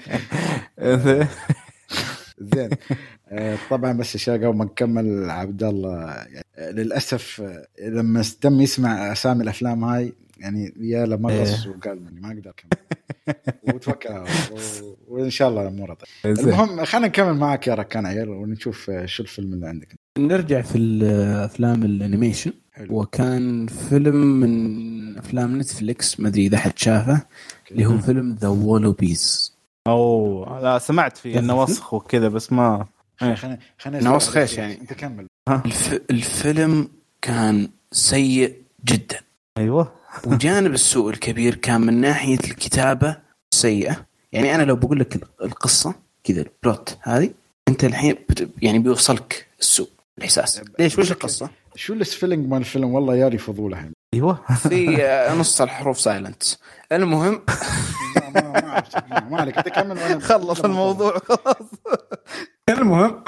زين. طبعا بس اشياء قبل ما نكمل عبد الله يعني للاسف لما تم يسمع اسامي الافلام هاي يعني يا لمغص وقال مني ما اقدر اكمل وتوكل وان شاء الله الامور طيب. المهم خلينا نكمل معك يا ركان عيال ونشوف شو الفيلم اللي عندك. نرجع في الافلام الانيميشن. وكان فيلم من افلام نتفليكس ما ادري اذا حد شافه اللي هو فيلم ذا وولوبيز. لا سمعت فيه انه وسخ وكذا بس ما خلينا وسخ ايش يعني. انت كمل. الفيلم كان سيء جدا. ايوه. وجانب السوء الكبير كان من ناحية الكتابة سيئة. يعني أنا لو بقول لك القصة كذا البلوت هذه أنت الحين يعني بيوصلك السوء الإحساس. ليش وش القصة؟ شو السفيلنج مال الفيلم والله ياري فضوله هنا. أيوة. في نص الحروف سايلنت. المهم ما عليك تكمل وأنا خلص الموضوع خلاص. المهم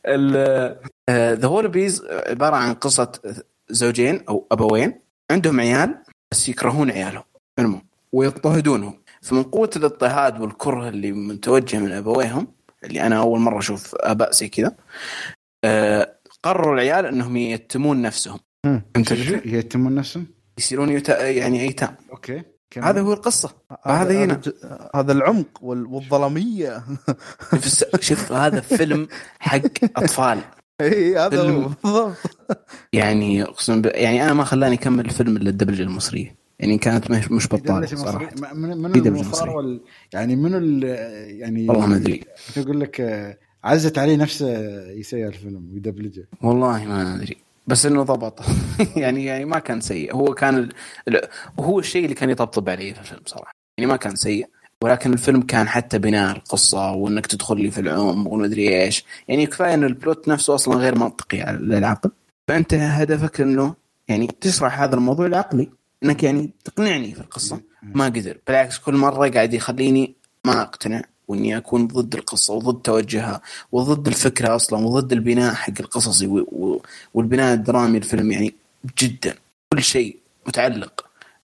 ذا وولوبيز عبارة عن قصة زوجين أو أبوين عندهم عيال بس يكرهون عيالهم ويضطهدونهم. فمن قوة الاضطهاد والكره اللي متوجه من أبويهم اللي أنا أول مرة أشوف آباء زي كذا قرروا العيال أنهم يتمون نفسهم. يتمون نفسهم يصيرون يعني أيتام. أوكي. هذا هو القصة. هذا هنا هذا العمق والظلمية. شوف هذا فيلم حق أطفال. اي هذا بالضبط. يعني اقسم يعني انا ما خلاني اكمل الفيلم الا الدبلجه المصريه. يعني كانت مش بطاله صراحه. من المصار يعني منو يعني والله ما ادري. تقول لك عزت عليه نفسه يسير الفيلم ويدبلجه. والله ما ادري بس انه ضبط. يعني ما كان سيء. هو كان هو الشيء اللي كان يطبطب عليه في الفيلم صراحه. يعني ما كان سيء ولكن الفيلم كان حتى بناء القصة وانك تدخل لي في العمق وندري ايش. يعني كفاية ان البلوت نفسه اصلا غير منطقي على العقل. فانت هدفك انه يعني تشرح هذا الموضوع العقلي انك يعني تقنعني في القصة. ما قدر بالعكس كل مرة قاعد يخليني ما اقتنع واني اكون ضد القصة وضد توجهها وضد الفكرة اصلا وضد البناء حق القصصي والبناء الدرامي الفيلم. يعني جدا كل شيء متعلق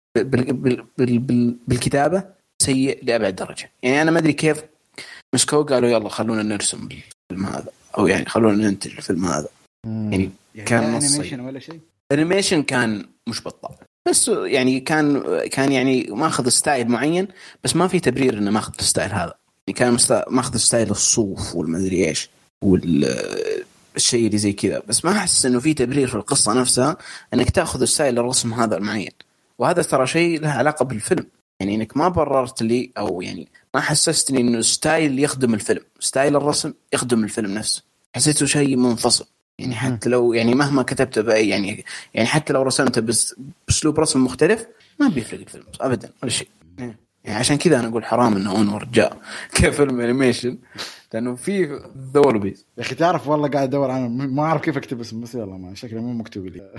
بالكتابة سيء لأبعد درجة. يعني أنا ما أدري كيف مسكوا قالوا يلا خلونا نرسم الفيلم هذا أو يعني خلونا ننتج الفيلم هذا. يعني كان أنيميشن ولا شيء. أنيميشن كان مش بطال بس يعني كان يعني ماخذ ستايل معين بس ما في تبرير إنه ماخذ الستايل هذا. يعني كان ماخذ ستايل الصوف والمدري إيش والشيء اللي زي كذا بس ما أحس إنه في تبرير في القصة نفسها إنك تأخذ ستايل الرسم هذا المعين. وهذا ترى شيء له علاقة بالفيلم. يعني إنك ما بررت لي أو يعني ما حسستني إنه ستايل يخدم الفيلم. ستايل الرسم يخدم الفيلم نفسه. حسيته شيء منفصل. يعني حتى لو يعني مهما كتبت بأي يعني حتى لو رسمته بس بأسلوب رسم مختلف ما بيفرق الفيلم أبدا ولا شيء. يعني عشان كذا أنا أقول حرام إنه أنور جاء كفيلم أنيميشن لأنه فيه ذا وولوبيز. يا أخي تعرف والله قاعد أدور عنه ما أعرف كيف أكتب اسمه بس يلا ما شكله مو مكتوب لي.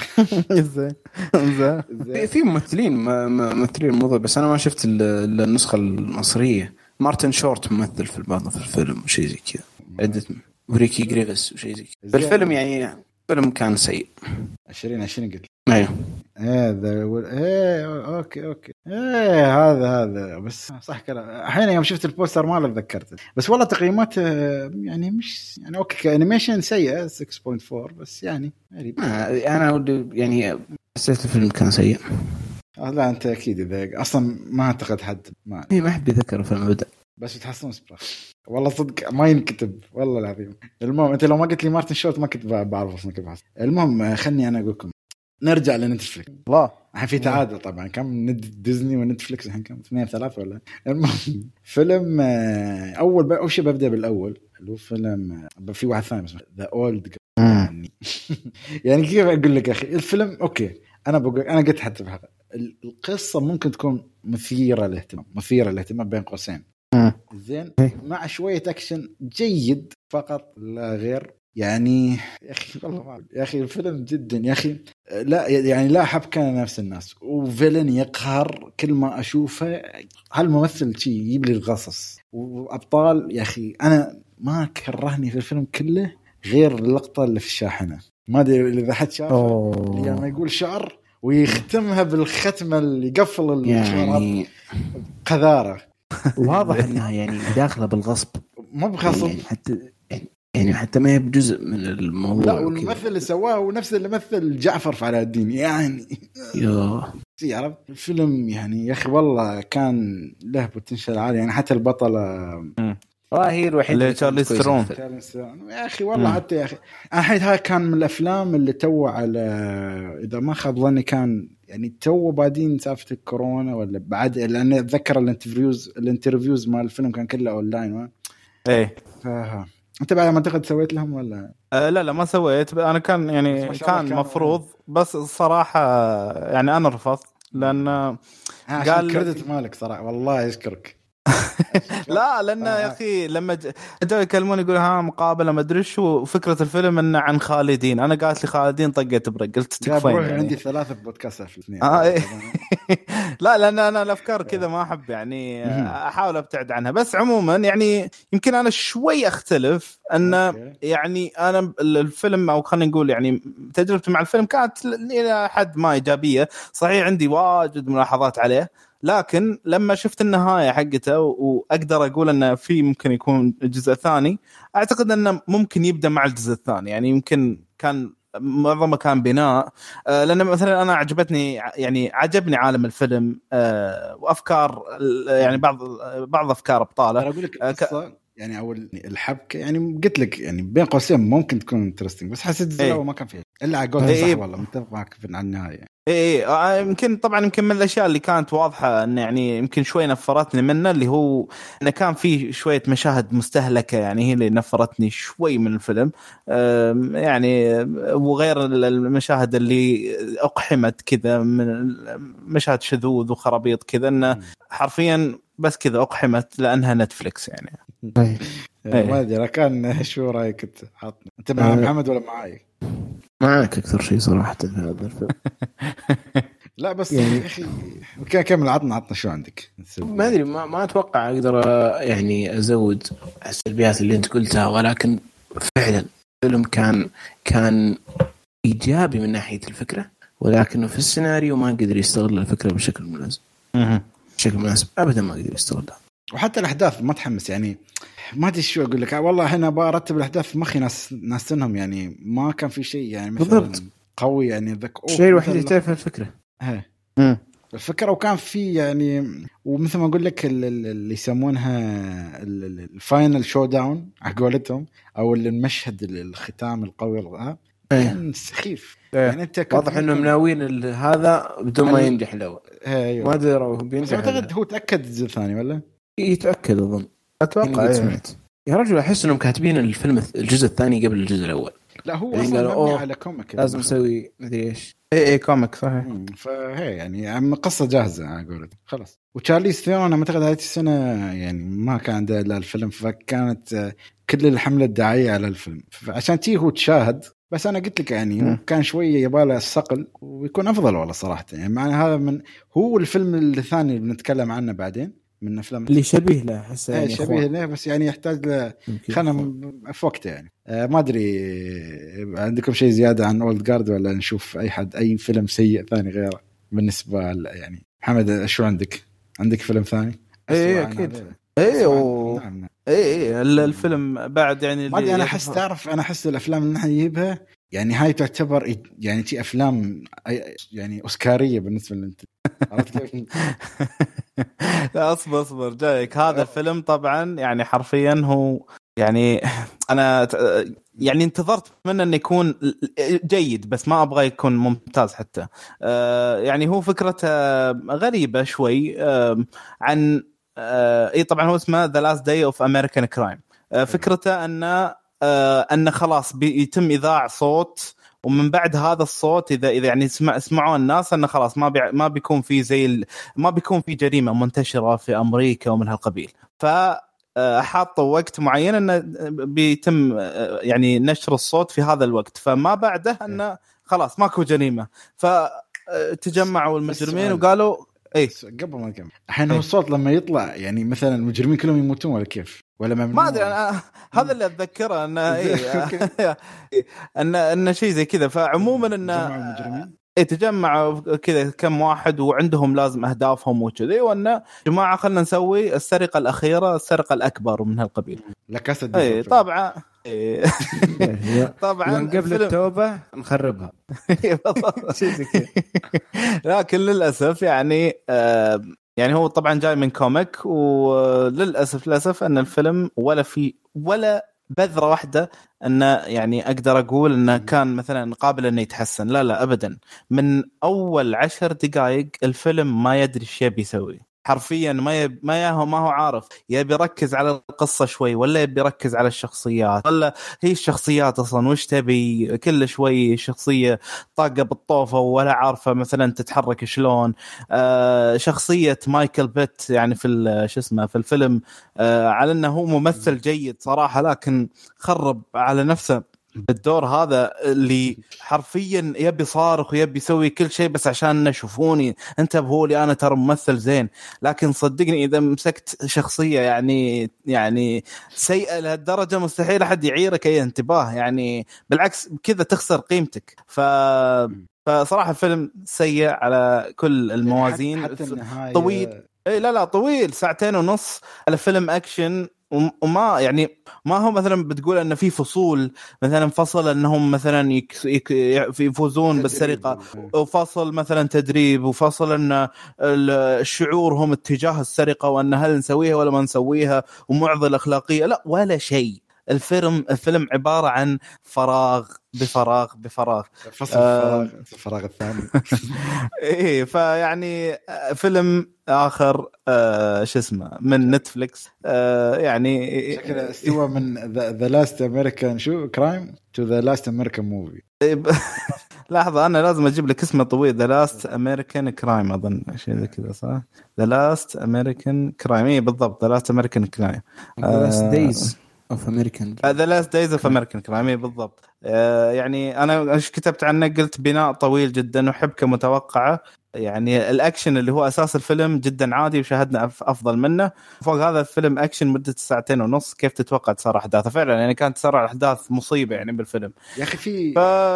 في ممثلين موضوع بس أنا ما شفت النسخة المصرية. مارتن شورت ممثل في الفيلم وشيء زي كذا عدة وريكي جريفس وشيء زي كذا. بالفيلم يعني فيلم كان سيء. 20 قلت. أيوه. هذا اوكي هذا بس صح كلام. احيانا يوم شفت البوستر ما تذكرته بس والله تقييمات يعني مش يعني اوكي كانيميشن سيئه 6.4 بس يعني انا يعني حسيت الفيلم كان سيء. لا انت اكيد اذا اصلا ما اعتقد حد ما احب يذكر الفيلم ابدا بس تحسون سبراخ والله صدق ما ينكتب والله العظيم. المهم انت لو ما قلت لي مارتن شورت ما كنت بعرف اصلا كيف حس. المهم خلني انا اقول لكم نرجع لنتفليكس. الله الحين في تعادل طبعا كم ديزني ونتفليكس الحين كم 2-3 ولا. المهم فيلم اول شيء ببدا بالاول اللي هو فيلم في واحد ثاني اسمه ذا اولد يعني كيف اقول لك اخي الفيلم اوكي انا بقول انا قلت حتى في القصه ممكن تكون مثيره للاهتمام بين قوسين زين مع شويه اكشن جيد فقط لا غير. يعني يا اخي والله يا اخي الفيلم جدا يا اخي لا يعني لا حبكه نفس الناس وفيلن يقهر كل ما اشوفه. هالممثل شيء يجيب لي القصص وابطال يا اخي انا ما كرهني في الفيلم كله غير اللقطة اللي في الشاحنة. ما أدري إذا حد شافه اللي لما يقول شعر ويختمها بالختمة اللي يقفل يعني قذارة واضح انها يعني داخله بالغصب ما بغصب يعني حتى ما هي بجزء من الموضوع. لا والممثل اللي سواه ونفس اللي مثل جعفر في علاء الدين يعني يعرف الفيلم يعني يا أخي والله كان له بوتنشل عالي يعني حتى البطلة هي الوحيدة اللي تشارلي سترون يا أخي والله حتى يا أخي أنا حيث هاي كان من الأفلام اللي تو على إذا ما خاب ظني كان يعني تو بعدين سالفة الكورونا ولا بعد لأن أتذكر الانترفيوز مال الفيلم كان كله أونلاين ما إيه أنت بعد ما أعتقد سويت لهم ولا لا ما سويت أنا كان يعني كان مفروض بس الصراحة يعني أنا رفضت لأن قال كريدت مالك صراحة والله يشكرك لا لأن يا أخي لما جاء يكلمون يقول ها مقابلة ما أدري شو فكرة الفيلم إنه عن خالدين أنا قالت لي خالدين طقت برق قلت تكفين يعني. عندي 3 بودكاست في الاثنين لا لأن أنا الأفكار كذا ما أحب يعني أحاول أبتعد عنها بس عموما يعني يمكن أنا شوي أختلف أن يعني أنا الفيلم أو خلينا نقول يعني تجربتي مع الفيلم كانت إلى حد ما إيجابية صحيح عندي واجد ملاحظات عليه لكن لما شفت النهاية حقته وأقدر أقول أنه في ممكن يكون الجزء الثاني أعتقد أنه ممكن يبدأ مع الجزء الثاني يعني يمكن كان معظمه كان بناء لأن مثلا أنا عجبني عالم الفيلم وأفكار يعني بعض أفكار أبطاله أقول لك يعني أول الحبكة يعني قلت لك يعني بين قوسين ممكن تكون انترستينج بس حسيت الزلمة ما كان فيها إلا عقود صح والله متفق معك في النهاية يمكن من الأشياء اللي كانت واضحة أن يعني يمكن شوي نفرتني منه اللي هو أنه كان فيه شوية مشاهد مستهلكة يعني هي اللي نفرتني شوي من الفيلم يعني وغير المشاهد اللي أقحمت كذا من مشاهد شذوذ وخرابيط كذا أنه حرفيا بس كذا أقحمت لأنها نتفليكس يعني ما أدري كان شو رأيك أنت مع محمد ولا معاي؟ معك أكثر شيء صراحة في هذا الفيلم لا بس يعني أخي كمل عطنا شو عندك ما أدري ما أتوقع أقدر يعني أزود السلبيات اللي أنت قلتها ولكن فعلا الفيلم كان إيجابي من ناحية الفكرة ولكنه في السيناريو ما قدر يستغل الفكرة بشكل مناسب أبدا ما قدر يستغلها وحتى الأحداث ما تحمس يعني ما أدري شو أقول لك والله هنا برتب الأحداث في مخي ناسنهم يعني ما كان في شيء يعني مثلا قوي يعني الشيء الوحيد اللي تعرف الفكرة الفكرة وكان في يعني ومثل ما أقول لك اللي يسمونها الفاينل شو داون عقولتهم أو المشهد الختام القوي كان سخيف يعني أنت واضح إنه مناوين هذا بدون ما ينجح الأول ما أدري بينجح أعتقد هو تأكد الجزء الثاني ولا يتأكد أظن أتوقع يا رجل أحس إنهم كاتبين الفيلم الجزء الثاني قبل الجزء الأول لا هو يعني أصلا مبني على كوميك لازم نسوي مدري إيش كوميك صحيح فهي يعني قصة جاهزة أقول خلاص وتشارليز ثيرون أنا معتقد هذه السنة يعني ما كان عنده إلا الفيلم فكانت كل الحملة الدعائية على الفيلم عشان تيه هو تشاهد بس أنا قلت لك يعني كان شوية يباله الصقل ويكون أفضل والله صراحة يعني معنى هذا هو الفيلم الثاني اللي بنتكلم عنه بعدين من أفلام اللي شبيه له حسه يعني شبيه له بس يعني يحتاج له خلنا في وقته يعني ما أدري عندكم شيء زيادة عن أولد جارد ولا نشوف أي فيلم سيء ثاني غيره بالنسبة يعني محمد شو عندك فيلم ثاني أكيد نعم. الفيلم بعد يعني اللي أنا أحس الأفلام اللي نحن نجيبها يعني هاي تعتبر يعني تي أفلام يعني أوسكارية بالنسبة لأنت عرفت كيف؟ لا أصبر جايك هذا الفيلم طبعا يعني حرفيا هو يعني أنا يعني انتظرت منه أن يكون جيد بس ما أبغى يكون ممتاز حتى يعني هو فكرته غريبة شوي عن طبعا هو اسمه The Last Day of American Crime فكرته أن خلاص بيتم إذاع صوت ومن بعد هذا الصوت إذا يعني سمعوا الناس أنه خلاص ما بيكون في ما بيكون في جريمة منتشرة في أمريكا ومن هالقبيل فحاطوا وقت معين أنه بيتم يعني نشر الصوت في هذا الوقت فما بعده أنه خلاص ماكو جريمة فتجمعوا المجرمين وقالوا اي قبل ما نكمل الحين هو الصوت لما يطلع يعني مثلا المجرمين كلهم يموتون ولا كيف ولا ما ادري انا هذا اللي اتذكره انه ان شيء زي كذا. فعموما ان يتجمعوا كذا كم واحد وعندهم لازم اهدافهم وكذا، وان جماعه خلينا نسوي السرقه الاخيره، السرقه الاكبر من هالقبيل. اي طبعا طبعا قبل التوبه نخربها. لكن للاسف يعني يعني هو طبعا جاي من كوميك، وللاسف ان الفيلم ولا بذره واحده انه يعني اقدر اقول انه كان مثلا قابل انه يتحسن. لا ابدا، من اول 10 دقائق الفيلم ما يدري ايش يبي يسوي حرفيا. ما هو عارف يبي يركز على القصة شوي ولا يبي يركز على الشخصيات، ولا هي الشخصيات أصلا وش تبي. كل شوي شخصية طاقة بالطوفة ولا عارفة مثلا تتحرك شلون. شخصية مايكل بيت يعني في شو اسمه في الفيلم، على أنه هو ممثل جيد صراحة، لكن خرب على نفسه بالدور هذا اللي حرفيا يبي صارخ ويبي يسوي كل شيء بس عشان يشوفوني انتبهوا لي انا ترى ممثل زين. لكن صدقني اذا مسكت شخصيه يعني سيئه لهالدرجه مستحيل احد يعيرك اي انتباه، يعني بالعكس كذا تخسر قيمتك. فصراحه الفيلم سيء على كل الموازين. حتى النهاية طويل، اي لا طويل 2.5 ساعة على فيلم اكشن. وما يعني ما هو مثلا بتقول ان في فصول مثلا فصل انهم مثلا يفوزون بالسرقه، وفصل مثلا تدريب، وفصل ان شعورهم اتجاه السرقه وان هل نسويها ولا ما نسويها، ومعضله اخلاقيه. لا ولا شيء. الفيلم عباره عن فراغ بفراغ فصل الفراغ الثاني. ايه فيعني فيلم اخر شو اسمه من نتفليكس يعني شكله استوى من ذا لاست امريكان شو كرايم تو ذا لاست امريكان موفي. لحظه انا لازم اجيب لك اسمه طويل. ذا لاست امريكان كرايم اظن شيء زي كذا صح. ذا لاست امريكان كرايم اي بالضبط. ذا لاست امريكان كرايم ذا لاست دايز اوف امريكان ذا لاست دايز اوف امريكان كرايم بالضبط. يعني انا ايش كتبت عنه؟ قلت بناء طويل جدا وحبكه متوقعه. يعني الاكشن اللي هو اساس الفيلم جدا عادي وشاهدنا افضل منه. فوق هذا الفيلم اكشن مدة 2.5 ساعات. كيف تتوقع تسارع احداثه؟ فعلا يعني كانت تسارع الاحداث مصيبه يعني بالفيلم يا اخي. في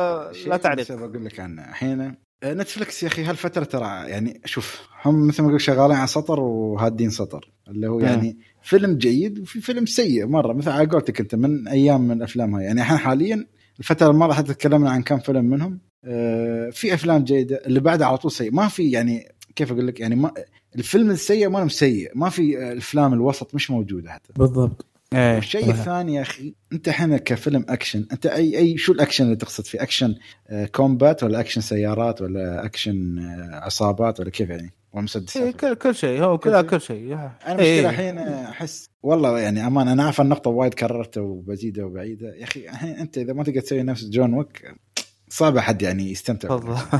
لا تعرف بقول لك عنه الحين نتفلكس يا اخي هالفتره ترى يعني شوف هم مثل ما قلت شغالين على سطر وهادين سطر، اللي هو يعني فيلم جيد وفي فيلم سيء مره. مثل على قولتك انت من ايام من افلامها يعني احنا حاليا الفتره الماضيه حتى تكلمنا عن كم فيلم منهم في افلام جيده، اللي بعده على طول سيء. ما في يعني كيف اقول لك يعني ما الفيلم السيء ما سيء، ما في الافلام الوسط مش موجوده حتى بالضبط. والشيء الثاني يا اخي انت حين كفيلم اكشن انت اي شو الاكشن اللي تقصد فيه؟ اكشن كومبات ولا اكشن سيارات ولا اكشن عصابات ولا كيف يعني؟ ومسدسات كل شيء هو كل شيء. انا مشكله الحين احس والله يعني امان انا عارف النقطه وايد كررتها وبزيدها وبعيده يا اخي. انت اذا ما تقدر تسوي نفس جون ويك صعب حد يعني يستمتع.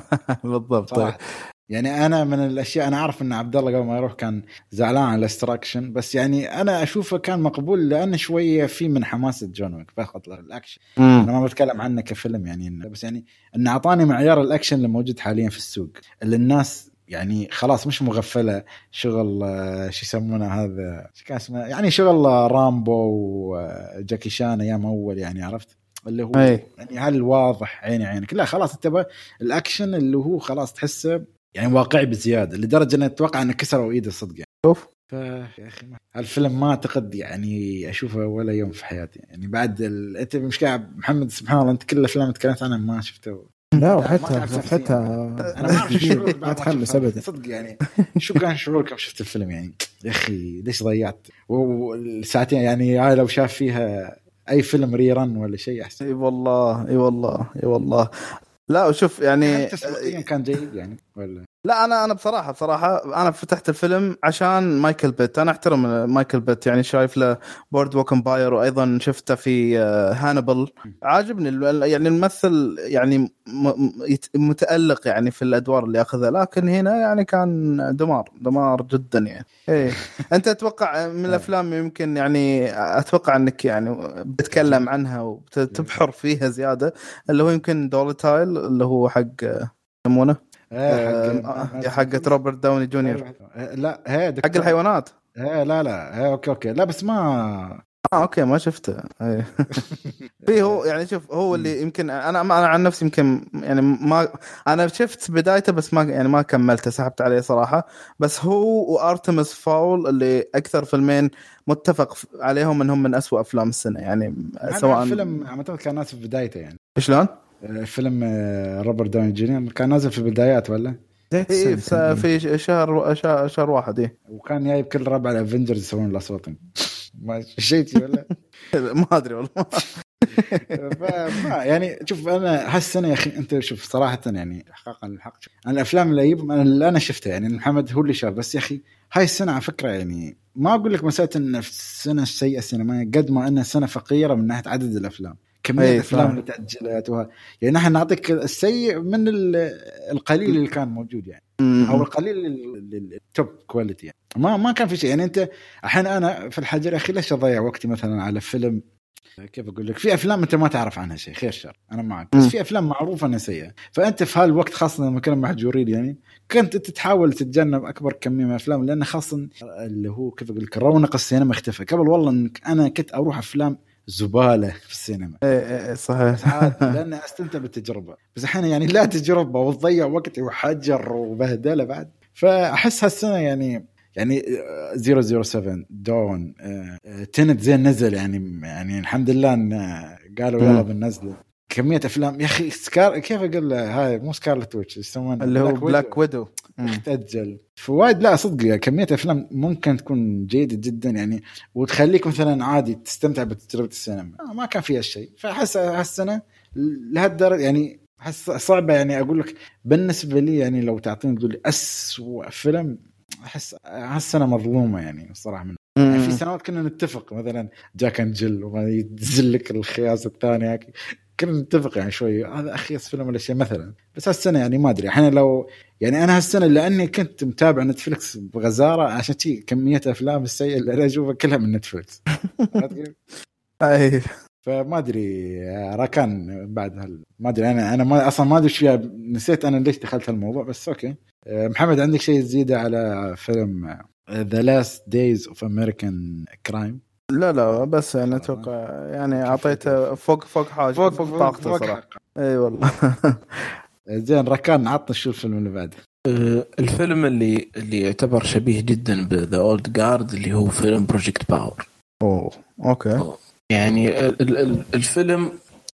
بالضبط. يعني انا من الاشياء انا عارف ان عبد الله قبل ما يروح كان زعلان على الاستراكشن، بس يعني انا اشوفه كان مقبول لان شويه في من حماسه جون ويك فقط الاكشن. انا ما بتكلم عنه كفيلم يعني بس يعني انه اعطاني معيار الاكشن اللي موجود حاليا في السوق، اللي الناس يعني خلاص مش مغفله شغل شو يسمونه هذا شو كان اسمه يعني شغل رامبو وجاكي شان ايام اول يعني عرفت اللي هو يعني هل واضح عينك. لا خلاص انت الاكشن اللي هو خلاص تحسه يعني واقعي بزياده لدرجه ان اتوقع انه كسروا ايده صدق يعني. شوف يا اخي الفيلم ما اعتقد يعني اشوفه ولا يوم في حياتي يعني بعد انت مشكله محمد سبحان الله انت كل الافلام تكلمت عنها ما شفته. لا وحتى انا ما اعرف شو ما اتحمس ابدا صدق يعني. شو كان شعورك يوم شفت الفيلم يعني يا اخي ليش ضيعت والساعتين يعني لو شاف فيها اي فيلم ريران ولا شيء احسن. اي والله لا شوف يعني تسويقيا كان جيد يعني ولا لا انا بصراحه انا فتحت الفيلم عشان مايكل بيت. انا احترم مايكل بيت يعني شايف له بورد ووك امباير وايضا شفته في هانبل. عاجبني يعني الممثل يعني متألق يعني في الادوار اللي اخذها، لكن هنا يعني كان دمار جدا يعني. ايه انت اتوقع من الافلام يمكن يعني اتوقع انك يعني بتتكلم عنها وتبحر فيها زياده اللي هو يمكن دولتايل اللي هو حق يسمونه حقت روبرت داوني جونيور. لا هي حق الحيوانات. لا اوكي لا بس ما اوكي ما شفته. في هو يعني شوف هو اللي يمكن انا عن نفسي يمكن يعني ما انا شفت بدايته بس ما يعني ما كملته سحبت عليه صراحه. بس هو وارتمس فاول اللي اكثر فيلمين متفق عليهم انهم من أسوأ افلام السنه يعني سواء فيلم عمته كان نازل في بدايته يعني شلون فيلم روبرت داوني جونيور كان نازل في البدايات ولا في شهر واحد إيه؟ وكان جايب كل ربع الافنجرز يسوون الاصوات ما شيتي ولا ما ادري والله. يعني شوف انا هالسنه يا اخي انت شوف صراحه يعني حقا الحق انا الافلام اللي انا شفتها يعني محمد هو اللي شاف بس يا اخي هاي السنه على فكره يعني ما اقول لك مساله ان في السنه السيئه السينمائيه قد ما انها سنه فقيره من ناحيه عدد الافلام كميه افلام اللي تاجلت يعني نحن نعطيك السيء من القليل اللي كان موجود يعني او القليل التوب كواليتي يعني ما كان في شيء يعني انت الحين انا في الحجر يا اخي ليش اضيع وقتي مثلا على فيلم كيف اقول لك في افلام انت ما تعرف عنها شيء خير شر انا معك بس في افلام معروفه انها سيئه فانت في هالوقت خاصه لما كنا محجورين يعني كنت تحاول تتجنب اكبر كميه من الافلام لان خاصه اللي هو كيف اقول لك رونق السينما اختفى قبل والله انك انا كنت اروح افلام زباله في السينما صحيح لان استمتع بالتجربه بس الحين يعني لا تجربه وتضيع وقتي وحجر وبهدله بعد فاحس هالسنه يعني 007 دون تنت زين نزل يعني الحمد لله ان قالوا يلا بننزله كميه افلام يا اخي كيف اقول هاي مو سكارلت ويتش يسمونه اللي هو بلاك ويدو تأجل فوايد لا صدق يعني كميه افلام ممكن تكون جيده جدا يعني وتخليك مثلا عادي تستمتع بتجربه السينما ما كان فيها شيء فحس هالسنه لهالدرجه يعني حس صعبه يعني اقول لك بالنسبه لي يعني لو تعطيني تقول لي اسوأ فيلم احس هالسنه مظلومه يعني الصراحه من يعني في سنوات كنا نتفق مثلا جاك اند جيل وما ينزل لك الخياس الثاني كنا نتفق يعني شوي هذا اخيس فيلم ولا شيء مثلا بس هالسنه يعني ما ادري احنا لو يعني انا هالسنه لاني كنت متابع نتفلكس بغزاره عشان شيء كميه افلام السيئه اللي انا اشوفها كلها من نتفلكس اي فما ادري راكان بعد ما ادري انا ما اصلا ما ادري ايش فيها نسيت انا ليش دخلت هالموضوع بس اوكي محمد عندك شيء تزيده على فيلم The Last Days of American Crime لا بس انا اتوقع يعني اعطيته فوق حاجه فوق طاقته صراحه اي والله. زين ركان عطنا شو الفيلم اللي بعده الفيلم اللي يعتبر شبيه جدا بذا اولد جارد اللي هو فيلم بروجكت باور. اوكي يعني الفيلم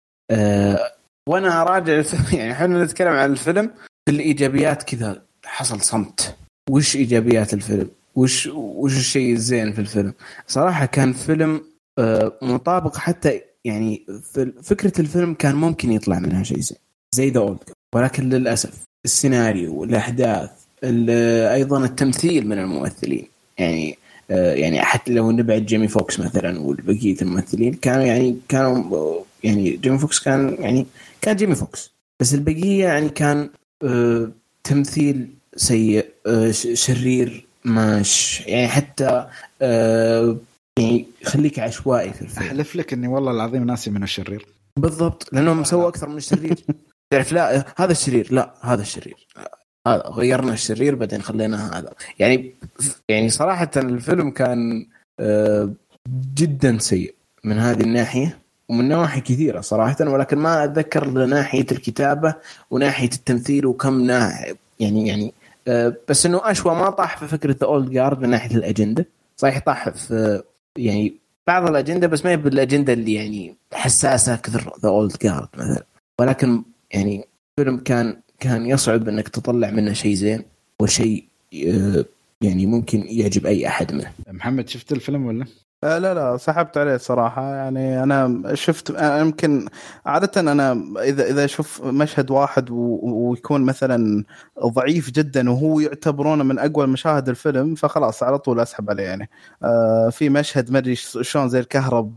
وانا اراجع يعني احنا نتكلم عن الفيلم بالايجابيات كذا حصل صمت وش ايجابيات الفيلم وش الشيء الزين في الفيلم صراحه كان فيلم مطابق حتى يعني فكره الفيلم كان ممكن يطلع منها شيء زي ذا اولد ولكن للاسف السيناريو والاحداث ايضا التمثيل من الممثلين يعني حتى لو نبعد جيمي فوكس مثلا والبقيه الممثلين كانوا جيمي فوكس كان جيمي فوكس بس البقيه يعني كان تمثيل سيء شرير ماش يعني حتى يعني يخليك عشوائي في الفيلم. احلف لك اني والله العظيم ناسي من الشرير بالضبط لانهم سووا اكثر من الشرير تعرف لا هذا الشرير لا هذا الشرير هذا غيرنا الشرير بعدين خلينا هذا يعني صراحة الفيلم كان جدا سيء من هذه الناحية ومن نواحي كثيرة صراحة ولكن ما أتذكر لناحية الكتابة وناحية التمثيل وكم ناحية يعني بس إنه أشوى ما طاح في فكرة The Old Guard من ناحية الأجندة صحيح طاح في يعني بعض الأجندة بس ما هي بالأجندة اللي يعني حساسة كثر The Old Guard مثلا ولكن يعني الفيلم كان يصعب انك تطلع منه شيء زين وشيء يعني ممكن يعجب اي احد منه. محمد شفت الفيلم ولا؟ لا سحبت عليه صراحة يعني أنا شفت يمكن عادة أنا إذا أشوف مشهد واحد ويكون مثلا ضعيف جدا وهو يعتبرونه من أقوى مشاهد الفيلم فخلاص على طول أسحب عليه يعني في مشهد ما أدري شلون زي الكهرب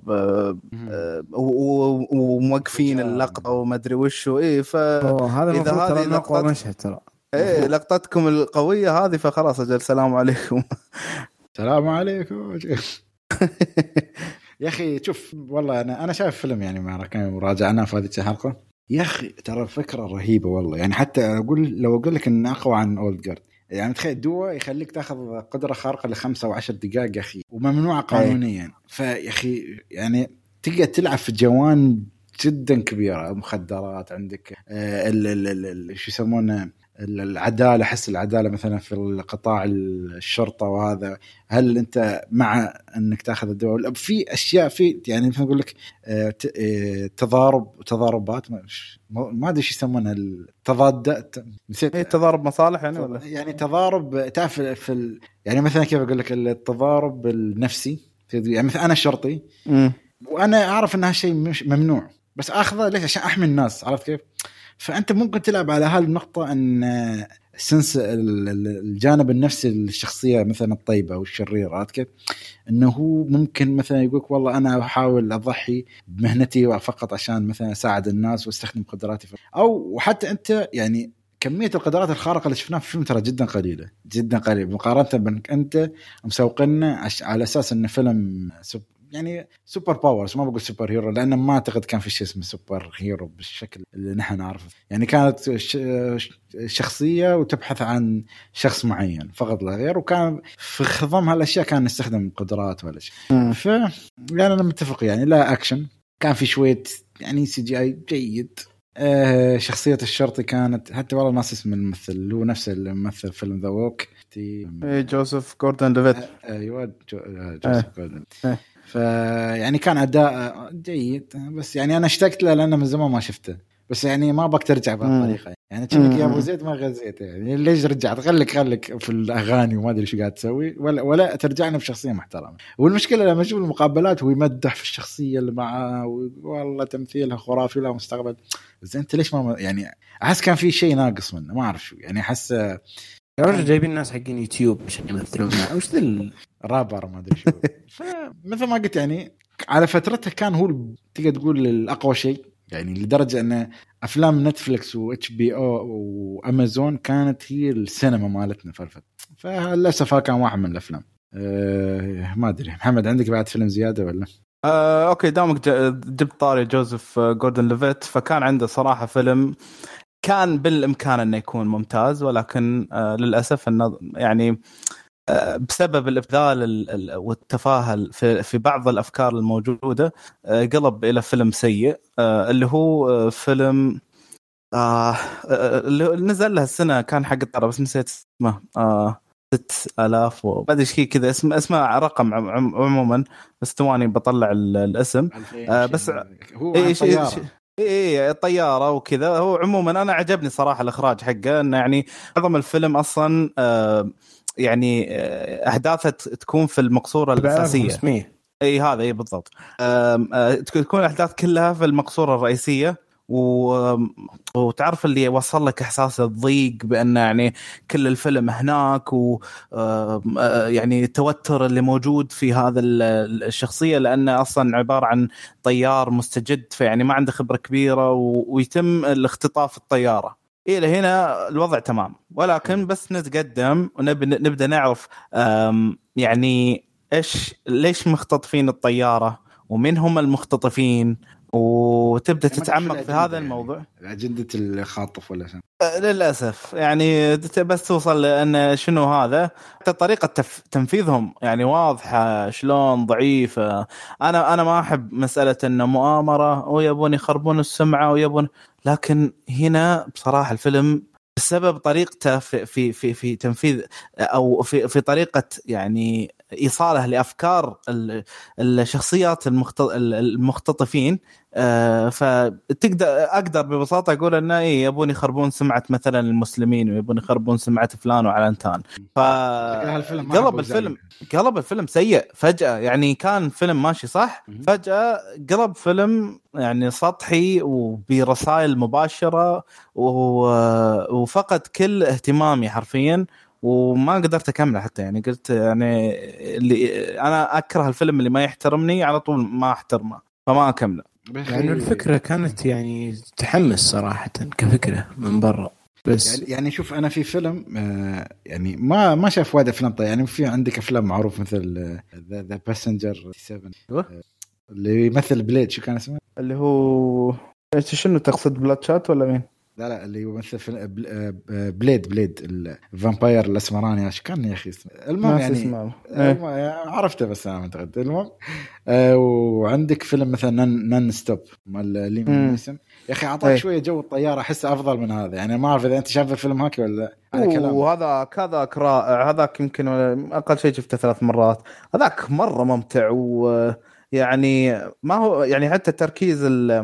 وموقفين اللقطة وما أدري وشو هذا المفروض ترى أقوى مشهد ترى لقطتكم القوية هذه فخلاص أجل السلام عليكم. السلام عليكم. يا أخي شوف والله أنا شايف فيلم يعني ما كان مراجعناه في هذه الحلقة يا اخي ترى فكره رهيبه والله. يعني حتى لو اقول لك ان اقوى عن اولد جارد. يعني تخيل دواء يخليك تاخذ قدره خارقه ل5 أو 10 دقائق يا اخي، وممنوعه قانونيا. فيا اخي يعني تقدر تلعب في جوانب جدا كبيره، مخدرات عندك، شو يسمونه العداله، حس العداله مثلا في القطاع الشرطه. وهذا هل انت مع انك تاخذ الدواء؟ في اشياء في يعني مثلا اقول لك تضاربات، ما ادري ايش يسمونها، التضادات، نسيت. تضارب مصالح يعني ولا يعني تضارب تعرف يعني مثلا كيف اقول لك التضارب النفسي. يعني مثلا انا شرطي وانا اعرف ان هالشيء مش ممنوع، بس اخذه ليش؟ عشان احمي الناس، عرفت كيف؟ فانت ممكن تلعب على هالنقطه ان سنس الجانب النفسي للشخصيه مثلا الطيبه او الشريره، عرفت كيف؟ انه هو ممكن مثلا يقولك والله انا احاول اضحي بمهنتي فقط عشان مثلا اساعد الناس واستخدم قدراتي او وحتى انت يعني كميه القدرات الخارقه اللي شفناها في الفيلم ترى جدا قليله جدا قليله مقارنه بانك انت مسوقنا على اساس انه فيلم يعني سوبر باورز. ما بقول سوبر هيرو لأنه ما أعتقد كان في شيء اسمه سوبر هيرو بالشكل اللي نحن نعرفه. يعني كانت شخصية وتبحث عن شخص معين فقط لا غير، وكان في خضم هالأشياء كان نستخدم قدرات ولا شيء. يعني أنا متفق، يعني لا أكشن، كان في شوية يعني CGI جيد. شخصية الشرطي كانت حتى والله ناس اسم الممثل اللي هو نفسه اللي مثل فيلم ذا ووك، جوزيف جوردن ليفيت. أيوة جوزيف جوردن. فيعني كان أداء جيد، بس يعني أنا اشتقت له لأنه من زمان ما شفته، بس يعني ما بقدر ترجع بهالطريقة. يعني تشوفك يا أبو زيد ما غزيت، يعني ليش رجعت؟ خليك في الأغاني وما أدري شو قاعد تسوي، ولا ترجعنا بشخصية محترمة. والمشكلة لما أشوف المقابلات هو يمدح في الشخصية اللي معاه والله تمثيلها خرافي لها مستقبل، بس أنت ليش ما يعني أحس كان في شيء ناقص منه، ما أعرف شو يعني. أحس رجع جايبين الناس حقين يوتيوب عشان يمثلون معه، وش ذا رابر ما ادري شو. فمثل ما قلت يعني على فترته كان هو تقدر تقول الاقوى شيء، يعني لدرجه ان افلام نتفليكس وHBO وامازون كانت هي السينما مالتنا في الفتره. فللاسف كان واحد من الافلام. ما ادري محمد عندك بعد فيلم زياده ولا؟ اوكي دامك جبت طاري جوزيف جوردن ليفيت، فكان عنده صراحه فيلم كان بالامكان انه يكون ممتاز، ولكن للاسف انه يعني بسبب الابذال والتفاهل في بعض الافكار الموجوده قلب الى فيلم سيء، اللي هو فيلم اللي نزل له السنه كان حق الطرب بس نسيت اسمه 6000 وما ادري ايش كذا اسمه رقم عموما، بس تواني بطلع الاسم. بس هو ايه الطياره وكذا. هو عموما انا عجبني صراحه الاخراج حقه، انه يعني معظم الفيلم اصلا يعني احداثه تكون في المقصوره الاساسيه. اي هذا اي بالضبط. تكون الاحداث كلها في المقصوره الرئيسيه، وتعرف اللي وصل لك احساس الضيق بان يعني كل الفيلم هناك، و يعني التوتر اللي موجود في هذا الشخصيه، لانه اصلا عباره عن طيار مستجد، فيعني ما عنده خبره كبيره، ويتم الاختطاف الطياره. الى هنا الوضع تمام، ولكن بس نتقدم ونبدا نعرف يعني ليش مختطفين الطياره ومن هم المختطفين، وتبدأ تتعمق في هذا الموضوع. أجندة الخاطف ولا شيء للأسف يعني بس توصل لأن شنو هذا، طريقة تنفيذهم يعني واضحة شلون ضعيفة. أنا ما أحب مسألة إنه مؤامرة ويبون يخربون السمعة ويبون، لكن هنا بصراحة الفيلم بسبب طريقته في تنفيذ أو في طريقة يعني إيصاله لأفكار الشخصيات المختطفين، أقدر ببساطة أقول أنه إيه يبون يخربون سمعة مثلا المسلمين ويبون يخربون سمعة فلان وعلانتان. قلب الفيلم سيء فجأة، يعني كان فيلم ماشي صح فجأة قلب فيلم يعني سطحي وبرسائل مباشرة، وفقد كل اهتمامي حرفيا، وما قدرت أكمله حتى. يعني قلت يعني اللي أنا أكره الفيلم اللي ما يحترمني على طول ما أحترمه، فما أكمله. يعني الفكرة كانت يعني تحمس صراحة كفكرة من برا. بس يعني شوف أنا في فيلم يعني ما شاف وايد أفلام. طيب يعني في عندك أفلام معروف مثل The Passenger 7 اللي يمثل بليد، شو كان اسمه؟ اللي هو شنو تقصد بلاد شات ولا مين؟ لا اللي هو مثل في بليد الفامباير الاسمراني ايش كان يا اخي اسمه المهم يعني عرفته بس انا متغد المهم وعندك فيلم مثلا نان ستوب مال ليم نيسون يا اخي اعطاك شويه جو الطياره احسه افضل من هذا يعني ما اعرف اذا انت شايف الفيلم هاك ولا على كلام وهذاك رائع هذاك يمكن اقل شيء شفته 3 مرات هذاك مره ممتع ويعني ما هو يعني حتى تركيز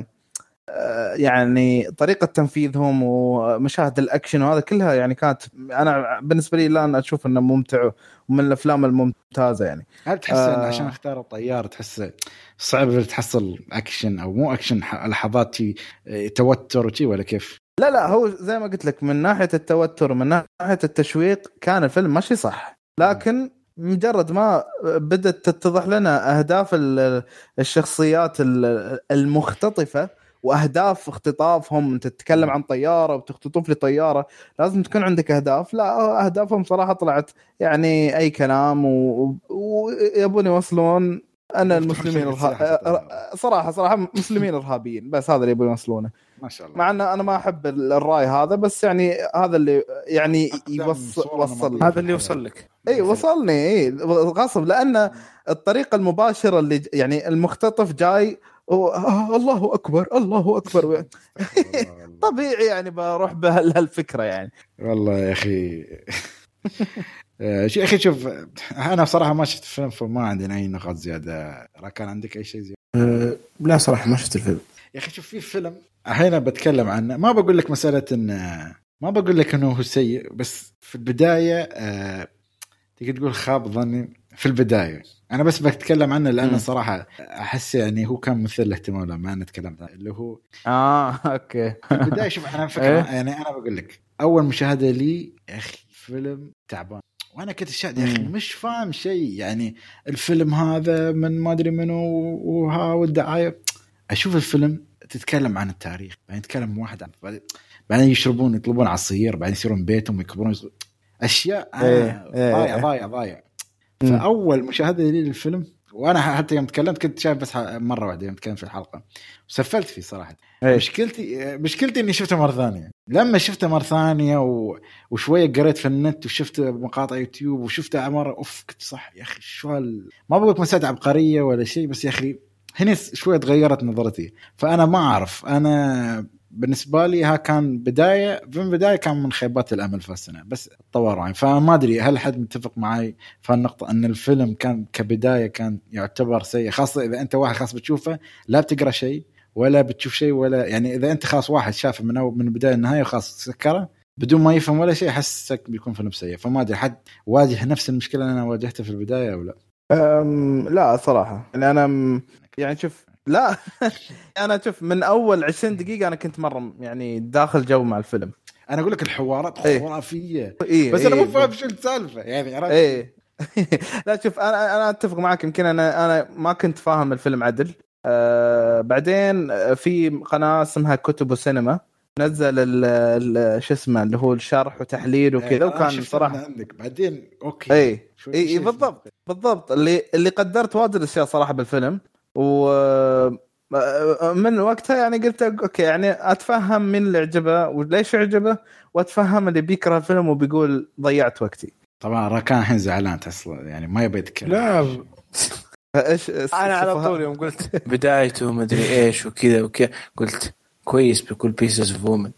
يعني طريقة تنفيذهم ومشاهد الأكشن وهذا كلها يعني كانت أنا بالنسبة لي الآن أشوف إنه ممتع ومن الأفلام الممتازة يعني. هل تحس إن عشان اختاروا طيار تحس صعب تحصل أكشن أو مو أكشن لحظات توتر وشي ولا كيف؟ لا هو زي ما قلت لك من ناحية التوتر ومن ناحية التشويق كان الفيلم ماشي صح لكن مجرد ما بدأت تتضح لنا أهداف الشخصيات المختطفة واهداف اختطافهم انت تتكلم عن طياره وتختطف لي طياره لازم تكون عندك اهداف لا اهدافهم صراحه طلعت يعني اي كلام ويبون يوصلون ان المسلمين صراحه مسلمين ارهابيين بس هذا اللي يبون يوصلونه ما شاء الله مع ان انا ما احب الراي هذا بس يعني هذا اللي يعني يوصل هذا اللي يوصل لك اي وصلني اي غصب لان الطريقه المباشره اللي يعني المختطف جاي الله أكبر طبيعي يعني بروح بهالفكرة يعني والله يا أخي أخي شوف أنا بصراحة ما شفت الفيلم فما عندي أي نقاط زيادة كان عندك أي شيء زيادة؟ لا صراحة ما شفت الفيلم يا أخي شوف في فيلم هنا بتكلم عنه ما بقول لك مسألة إن ما بقول لك إنه هو سيء بس في البداية تقدر تقول خاب ظني في البداية أنا بس بتكلم عنه لأنه صراحة أحس يعني هو كان مثل الاهتمام لما أنا أتكلم عنه اللي هو أوكي في البداية شوف أنا فكرة يعني أنا بقول لك أول مشاهدة لي يا أخي فيلم تعبان وأنا كنت الشاهد يا أخي مش فاهم شيء يعني الفيلم هذا من ما أدري منه وها والدعاية أشوف الفيلم تتكلم عن التاريخ بعدين يتكلم واحد عن بعدين يشربون يطلبون عصير بعدين يصيرون بيتهم ويكبرون أشياء ضايع فأول مشاهدة لي للفيلم وأنا حتى يوم تكلمت كنت شايف بس مرة واحدة يوم تكلمت في الحلقة وسفلت فيه صراحة مشكلتي إني شفته مرة ثانية لما شفته مرة ثانية وشوية قريت في النت وشفت مقاطع يوتيوب وشفته مرة كنت صح يا أخي ما بقولك مسألة عبقرية ولا شيء بس يا أخي هنا شوية تغيرت نظرتي فأنا ما أعرف أنا بالنسبة لي ها كان بداية كان من خيبات الأمل في السنة بس الطور يعني فما أدري هل حد متفق معي في النقطة أن الفيلم كان كبداية كان يعتبر سيء خاصة إذا أنت واحد خاص بتشوفه لا بتقرأ شيء ولا بتشوف شيء ولا يعني إذا أنت خاص واحد شافه من البداية للنهاية وخاص سكره بدون ما يفهم ولا شيء حسك بيكون فيلم سيء فما أدري حد واجه نفس المشكلة اللي أنا واجهتها في البداية أو لا لا صراحة يعني أنا يعني شوف لا انا شوف من اول 20 دقيقه انا كنت مره يعني داخل جو مع الفيلم انا اقول لك الحوارات خرافيه بس انا مو فاهم شو السالفه يعني لا شوف انا اتفق معك يمكن انا ما كنت فاهم الفيلم عدل بعدين في قناه اسمها كتب وسينما نزل شو اسمه اللي هو الشرح وتحليل وكذا وكان صراحه عندك بعدين اوكي اي بالضبط اللي قدرت واجد اشياء صراحه بالفيلم ومن وقتها يعني قلت اوكي يعني اتفهم من اللي عجبه وليش عجبه واتفهم اللي بيكره الفيلم وبيقول ضيعت وقتي طبعا راكان الحين زعلان تصل يعني ما يبي يتكلم لا ايش انا على طول يوم قلت بدايته ما ادري ايش وكذا قلت كويس بكل بيسز اوف وومن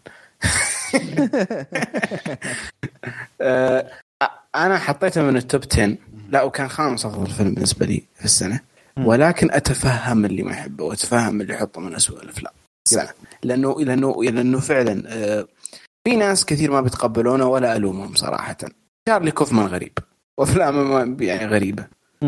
انا حطيته من التوب 10 لا وكان خامس افضل فيلم بالنسبه لي في السنه ولكن اتفهم اللي ما يحبه واتفهم اللي يحطه من اسوء الافلام السنه لانه فعلا في ناس كثير ما بيتقبلونه ولا الومهم صراحه شارلي كوفمان غريب وافلامه يعني غريبه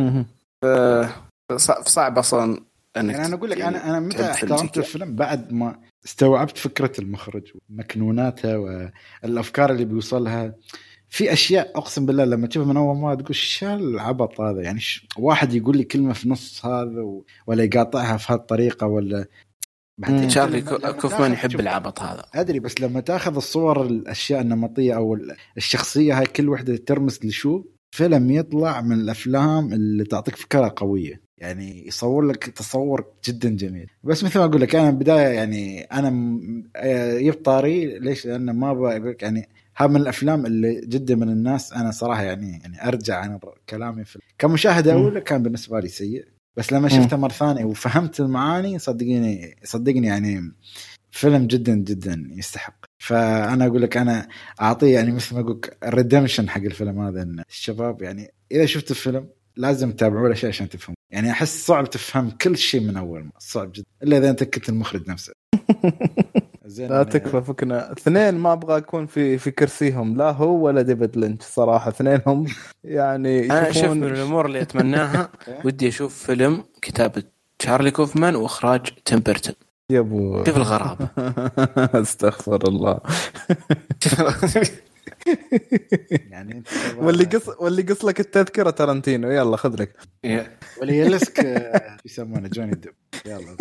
صعب اصلا انك يعني انا اقول لك انا متى احترمت الفيلم بعد ما استوعبت فكره المخرج ومكنوناتها والافكار اللي بيوصلها في اشياء اقسم بالله لما تشوفها من اول ما تقول شو العبط هذا يعني واحد يقول لي كلمه في نص هذا ولا يقاطعها في هالطريقه ولا شارلي كوفمان يحب العبط هذا ادري بس لما تاخذ الصور الاشياء النمطيه او الشخصيه هاي كل وحده ترمز لشو فيلم يطلع من الافلام اللي تعطيك فكره قويه، يعني يصور لك تصور جدا جميل. بس مثل ما اقول لك انا بدايه يعني انا يبطاري ليش؟ لانه ما بقول يعني ها من الافلام اللي جدا من الناس انا صراحه يعني ارجع عن كلامي في كمشاهده اولى كان بالنسبه لي سيء، بس لما شفته مره ثانيه وفهمت المعاني صدقني يعني فيلم جدا جدا يستحق. فانا اقول لك انا اعطيه يعني مثل ما اقول الريدمشن حق الفيلم هذا، ان الشباب يعني اذا شفت الفيلم لازم تتابعوا له شيء عشان تفهم. يعني احس صعب تفهم كل شيء من اول ما صعب جدا الا اذا انت كنت المخرج نفسه. لا تكفى فكنا اثنين ما ابغى اكون في كرسيهم، لا هو ولا ديفيد لينش صراحه، اثنينهم يعني انا شوف من الامور اللي اتمناها ودي اشوف فيلم كتابه تشارلي كوفمان واخراج تيم بيرتون. يا ابو كيف الغرابه. استغفر الله. يعني واللي قص لك التذكره تارانتينو، يلا خذ لك واللي يلسك يسمونه جوني ديب. يلا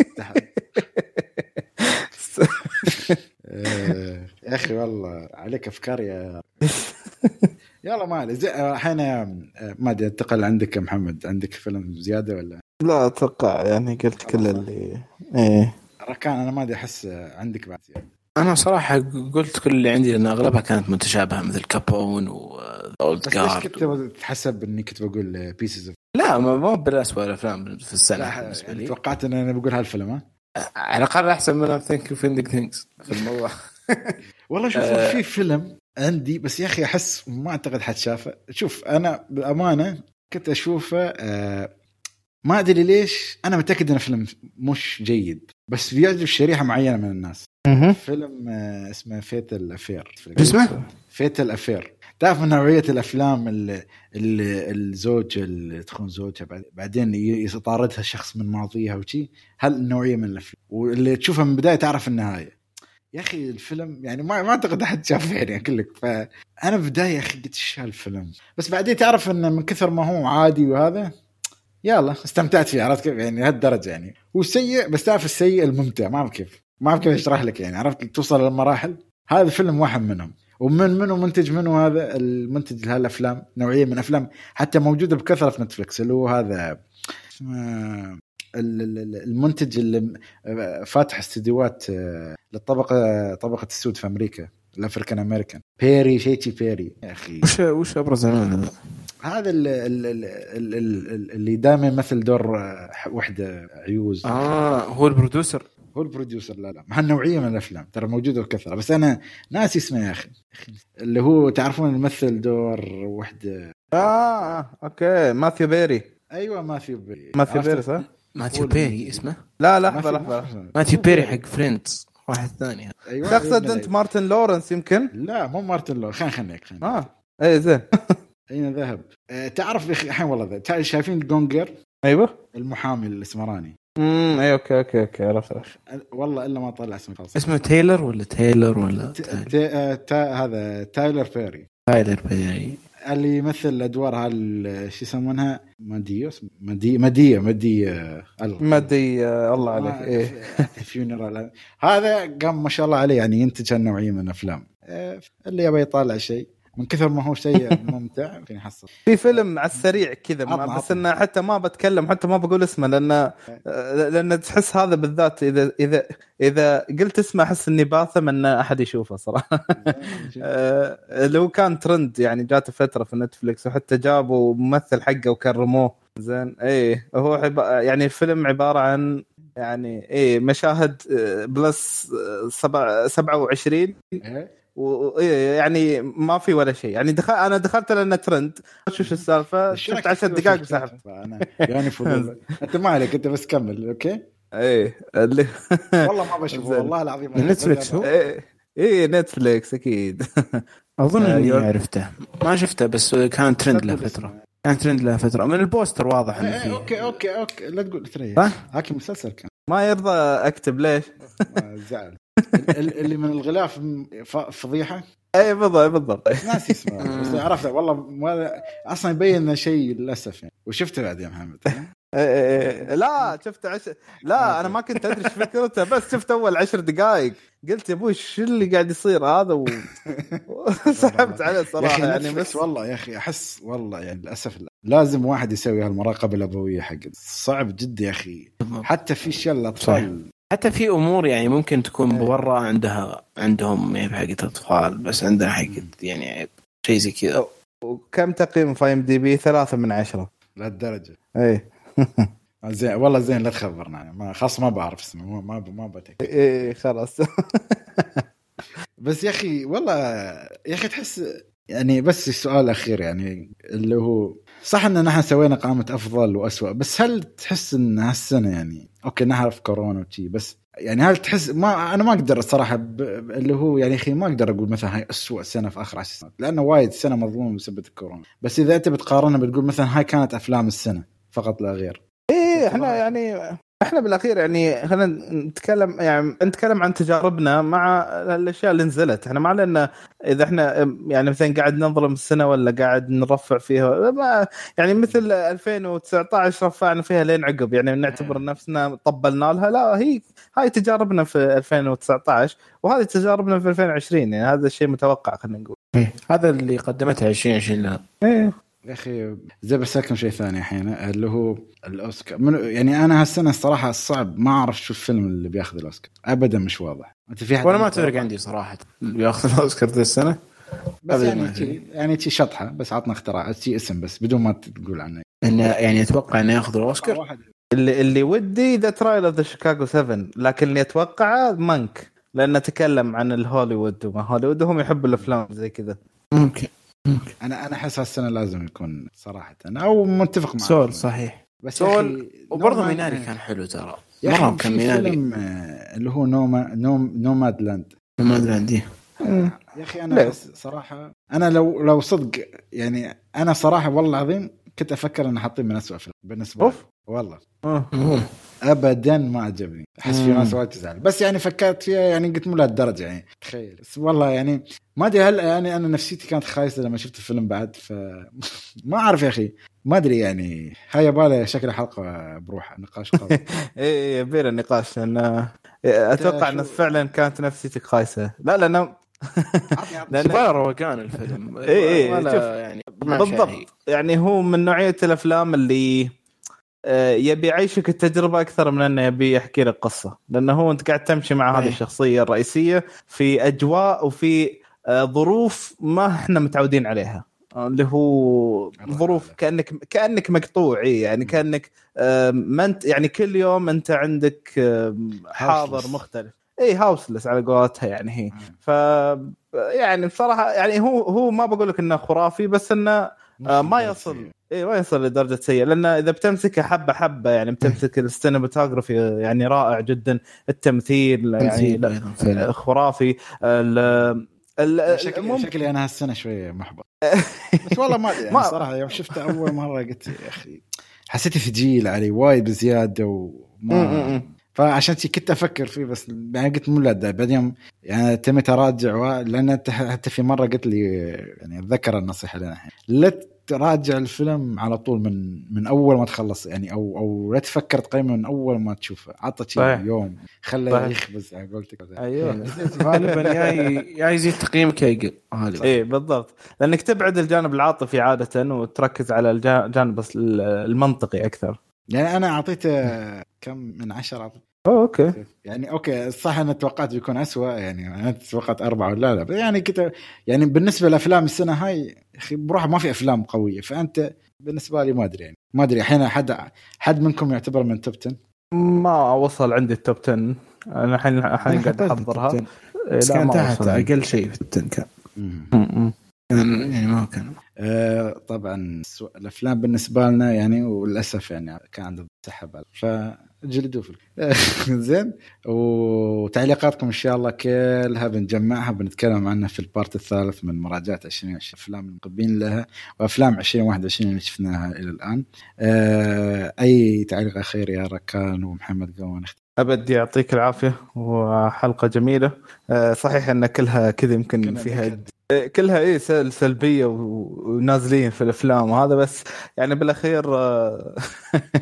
يا اخي والله عليك افكار يا يلا ما علي. الحين ما ادري انتقل عندك يا محمد، عندك فيلم زياده ولا لا؟ اتوقع يعني قلت كل اللي ايه ركان. انا ما ادري احس عندك بعد زياده. انا صراحه قلت كل اللي عندي لان اغلبها كانت متشابهه مثل كابون واولد جارد. كنت تحسب اني كنت بقول بيسز لا ما بالاسوء الافلام في السنه يعني توقعت ان انا بقول هالفيلم ها على الاقل احسن من ثينك يو فيندك ثينكس في الموضوع. والله شوف في فيلم عندي بس يا اخي احس ما اعتقد حد شافه. شوف انا بالامانه كنت اشوفه ما ادري ليش انا متاكد انه فيلم مش جيد بس بيعجب شريحه معينه من الناس. فيلم اسمه فيتل افير. اسمه فيتل افير. تعرف من نوعيه الافلام اللي الزوج اللي تكون زوجها بعدين يطاردها شخص من ماضيها وشي، هل النوعيه من الافلام واللي تشوفها من بدايه تعرف النهايه. يا اخي الفيلم يعني ما اعتقد احد شافه يعني اقول لك. فانا بدايه يا اخي قلت ايش هالفيلم، بس بعدين تعرف انه من كثر ما هو عادي وهذا يلا استمتعت فيه. عرفت كيف يعني هالدرجه يعني هو سيء بس تعرف السيء الممتع. ما اعرف كيف اشرح لك يعني. عرفت توصل للمراحل. هذا فيلم واحد منهم. ومنه منتج منه هذا المنتج لهالافلام نوعيه من افلام حتى موجوده بكثره في نتفلكس اللي هو هذا المنتج اللي فاتح استديوهات طبقه السود في امريكا الافريكان امريكان بيري شيء بيري يا اخي. وش ابرز عنه هذا اللي دائما يمثل دور وحده عيوز. هو البروديوسر. لا مع النوعيه من الافلام ترى موجوده بكثره بس انا ناسي اسمه يا اخي. اللي هو تعرفون يمثل دور وحده. اوكي ماثيو بيري. ايوه ماثيو بيري صح. ماثيو بيري اسمه. لا لحظه ماثيو بيري حق فريندز واحد ثاني. ايوه تقصد انت مارتن لورنس يمكن. لا مو مارتن لورنس. خليك اي زين. اين ذهب. تعرف يا اخي الحين والله شايفين جونجر. ايوه المحامي الاسمراني. اي اوكي عرفت والله الا ما طلع اسمه خالص. اسمه تايلر ولا هذا تايلر بيري اللي يمثل الادوار شو يسمونها ماديه الله عليك. ايه فيونيرال. هذا قام ما شاء الله عليه يعني ينتج هالنوعيه من الافلام. اللي يبي يطالع شيء من كثر ما هو شيء ممتع فين يحصل. في فيلم على السريع كذا بس انه حتى ما بتكلم حتى ما بقول اسمه لان تحس هذا بالذات اذا قلت اسمه احس اني باثم ان احد يشوفه صراحه. لو كان ترند يعني جات فتره في نتفليكس وحتى جابوا ممثل حقه وكرموه زين. ايه هو يعني الفيلم عباره عن يعني مشاهد بلس 27 يعني ما في ولا شيء يعني. انا دخلت لانه ترند شوف السالفه شفت 10 دقائق وسحبت. انا يعني فضول. انت ما عليك انت بس كمل اوكي. اللي والله ما بشوفه والله العظيم. نتفليكس هو نتفليكس اكيد. اظن اني عرفته ما شفته بس كان ترند له فتره من البوستر واضح انه فيه. اوكي لا تقول ثريا هاك مسلسل كان ما يرضى اكتب ليش. زعل اللي من الغلاف فضيحه. اي بالضبط ناسي اسمه بس عرفته والله اصلا يبين شيء للاسف يعني. وشفته بعد يا محمد لا شفت لا انا ما كنت ادري ايش فكرته، بس شفت اول 10 دقائق قلت يا ابوي شو اللي قاعد يصير هذا وسحبت عليه صراحه. يعني بس والله يا اخي احس والله يعني للاسف لازم واحد يسوي هالمراقبه الابويه حق صعب جدا يا اخي. حتى في شيء الاطفال حتى في امور يعني ممكن تكون برا عندهم يعني حق الاطفال، بس عندنا حق يعني شيء زي كذا. وكم تقييم في IMDb؟ 3 من 10 لهالدرجه؟ ايه زين والله زين، لا تخبرنا يعني ما خاص ما بعرف اسمه ما بتأكد. ايه خلاص. بس يا اخي والله يا اخي تحس يعني، بس السؤال الاخير يعني اللي هو صح ان نحن سوينا قائمه افضل واسوأ، بس هل تحس ان هالسنه يعني اوكي نعرف كورونا وشي، بس يعني هل تحس انا ما اقدر الصراحه اللي هو يعني اخي ما اقدر اقول مثلا هاي اسوأ سنه في اخر 10 سنوات، لانه وايد سنه مظلومه بسبب الكورونا. بس اذا انت بتقارنها بتقول مثلا هاي كانت افلام السنه فقط لا غير. ايه احنا بالاخير يعني خلينا نتكلم عن تجاربنا مع الاشياء اللي نزلت. احنا ما علينا اذا احنا يعني مثلا قاعد نظلم السنه ولا قاعد نرفع فيها، ما يعني مثل 2019 رفعنا فيها لين عقب، يعني نعتبر نفسنا طبلنا لها. لا، هاي تجاربنا في 2019 وهذه تجاربنا في 2020، يعني هذا الشيء متوقع. خلينا نقول هذا اللي قدمتها 2020 لها. يا أخي زي بسألكم شيء ثاني الحين اللي هو الأوسكار. يعني أنا هالسنة الصراحة الصعب ما أعرف شو الفيلم اللي بياخذ الأوسكار أبدا، مش واضح. أنت في وأنا ما تفرق عندي صراحة اللي بياخذ الأوسكار ذي السنة، بس يعني شيء شطحة، بس عطنا اختراع شيء اسم بس بدون ما تقول عنه. إنه يعني أتوقع إنه ياخذ الأوسكار. اللي ودي ذا ترايل اوف ذا شيكاغو 7، لكن اللي أتوقعه مانك، لأنه تكلم عن الهوليوود وما هوليوود وهم يحبوا الأفلام زي كذا. ممكن. أنا أحس هالسنة لازم يكون صراحة أو متفق معك. سول صحيح، بس سول وبرضه ميناري كان حلو ترى. مرة كان ميناري اللي هو نومادلاند. نومادلاند يا أخي أنا صراحة أنا لو صدق يعني أنا صراحة والله العظيم كنت أفكر أن أحطيه من أسوأ فيلم بالنسبة لي والله. أبدا ما عجبني، أحس في ناس وايد تزعل، بس يعني فكرت فيها يعني قلت مو لهالدرجة يعني تخيل. بس والله يعني ما أدري هل يعني أنا نفسيتي كانت خايسة لما شفت الفيلم بعد، فما أعرف يا أخي ما أدري يعني. هاي يبالي شكل حلقة بروحها نقاش قوي. إيه يبير النقاش، لأن أتوقع أن فعلا كانت نفسيتك خايسة. لا لأن روقان الفيلم. إيه يعني بالضبط، يعني هو من نوعية الأفلام اللي يبي يعيشك التجربة أكثر من أنه يبي يحكي لك قصة، لأنه هو أنت قاعد تمشي مع هذه الشخصية الرئيسية في أجواء وفي ظروف ما إحنا متعودين عليها، اللي هو ظروف كأنك مقطوع. يعني كأنك ما أنت يعني كل يوم أنت عندك حاضر مختلف. هاوسلس على قولتها يعني هي. يعني بصراحة يعني هو ما بقول لك إنه خرافي، بس إنه ما يصل لدرجة سيئة، لأن إذا بتمسك حبة يعني بتمسك السينماتوغرافي يعني رائع جدا، التمثيل يعني خرافي. شكلي أنا هالسنة شوية محبط. بس والله ما أدري يعني صراحة يوم شفته أول مرة قلت يا أخي حسيت ثقيل علي وايد بزيادة وما فعشان كنت أفكر فيه، بس يعني قلت مولد بعدين يعني تمت أراجع، لأن حتى في مرة قلت لي يعني أتذكر النصيحة لنا الحين لا تراجع الفيلم على طول من أول ما تخلص يعني أو لا تفكر تقيمه من أول ما تشوفه، عطت يوم خليه يخبز على قولتك. أيوه غالبا يا يزيد تقييمك يقل غالبا. بالضبط، لأنك تبعد الجانب العاطفي عادة وتركز على الجانب المنطقي أكثر. يعني أنا أعطيته كم من 10. اوكي يعني اوكي صح انا توقعت بيكون أسوأ، يعني انا توقعت 4 ولا لا، يعني كده يعني بالنسبه لافلام السنه هاي اخي بروح ما في افلام قويه، فانت بالنسبه لي ما ادري يعني ما ادري الحين حد منكم يعتبر من توب 10؟ ما وصل عندي التوب 10، انا الحين قاعد احضرها كان تحت اقل شيء في التن كان يعني ما كان طبعا الافلام بالنسبه لنا يعني وللاسف يعني كان عندهم سحب فجلدوا زين. وتعليقاتكم ان شاء الله كلها بنجمعها بنتكلم عنها في البارت الثالث من مراجعه 2020 افلام المقبلين لها وافلام 2021 اللي شفناها الى الان. اي تعليق اخير يا ركان ومحمد قوان؟ أبد يعطيك العافية، وحلقة جميلة. صحيح أن كلها كذا يمكن فيها كلها سلبية ونازلين في الأفلام وهذا، بس يعني بالأخير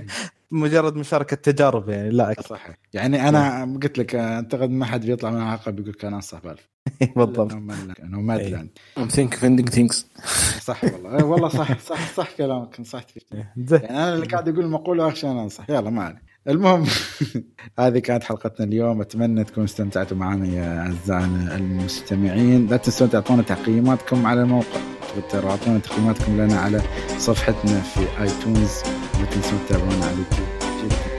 مجرد مشاركه تجارب يعني. لا صح يعني انا قلت لك اعتقد ما حد بيطلع من عقب يقول كان انصح بالف بالضبط. انه مادلاند I'm thinking things. صح والله صح كلامك نصحت فيه يعني انا اللي قاعد اقول المقوله عشان انصح. يلا ما عليه. المهم هذه كانت حلقتنا اليوم. اتمنى تكونوا استمتعتوا معنا يا اعزائنا المستمعين. لا تنسوا تعطونا تقييماتكم على الموقع تويتر واعطونا تقييماتكم لنا على صفحتنا في ايتونز. لا تنسوا تتابعونا على اليوتيوب.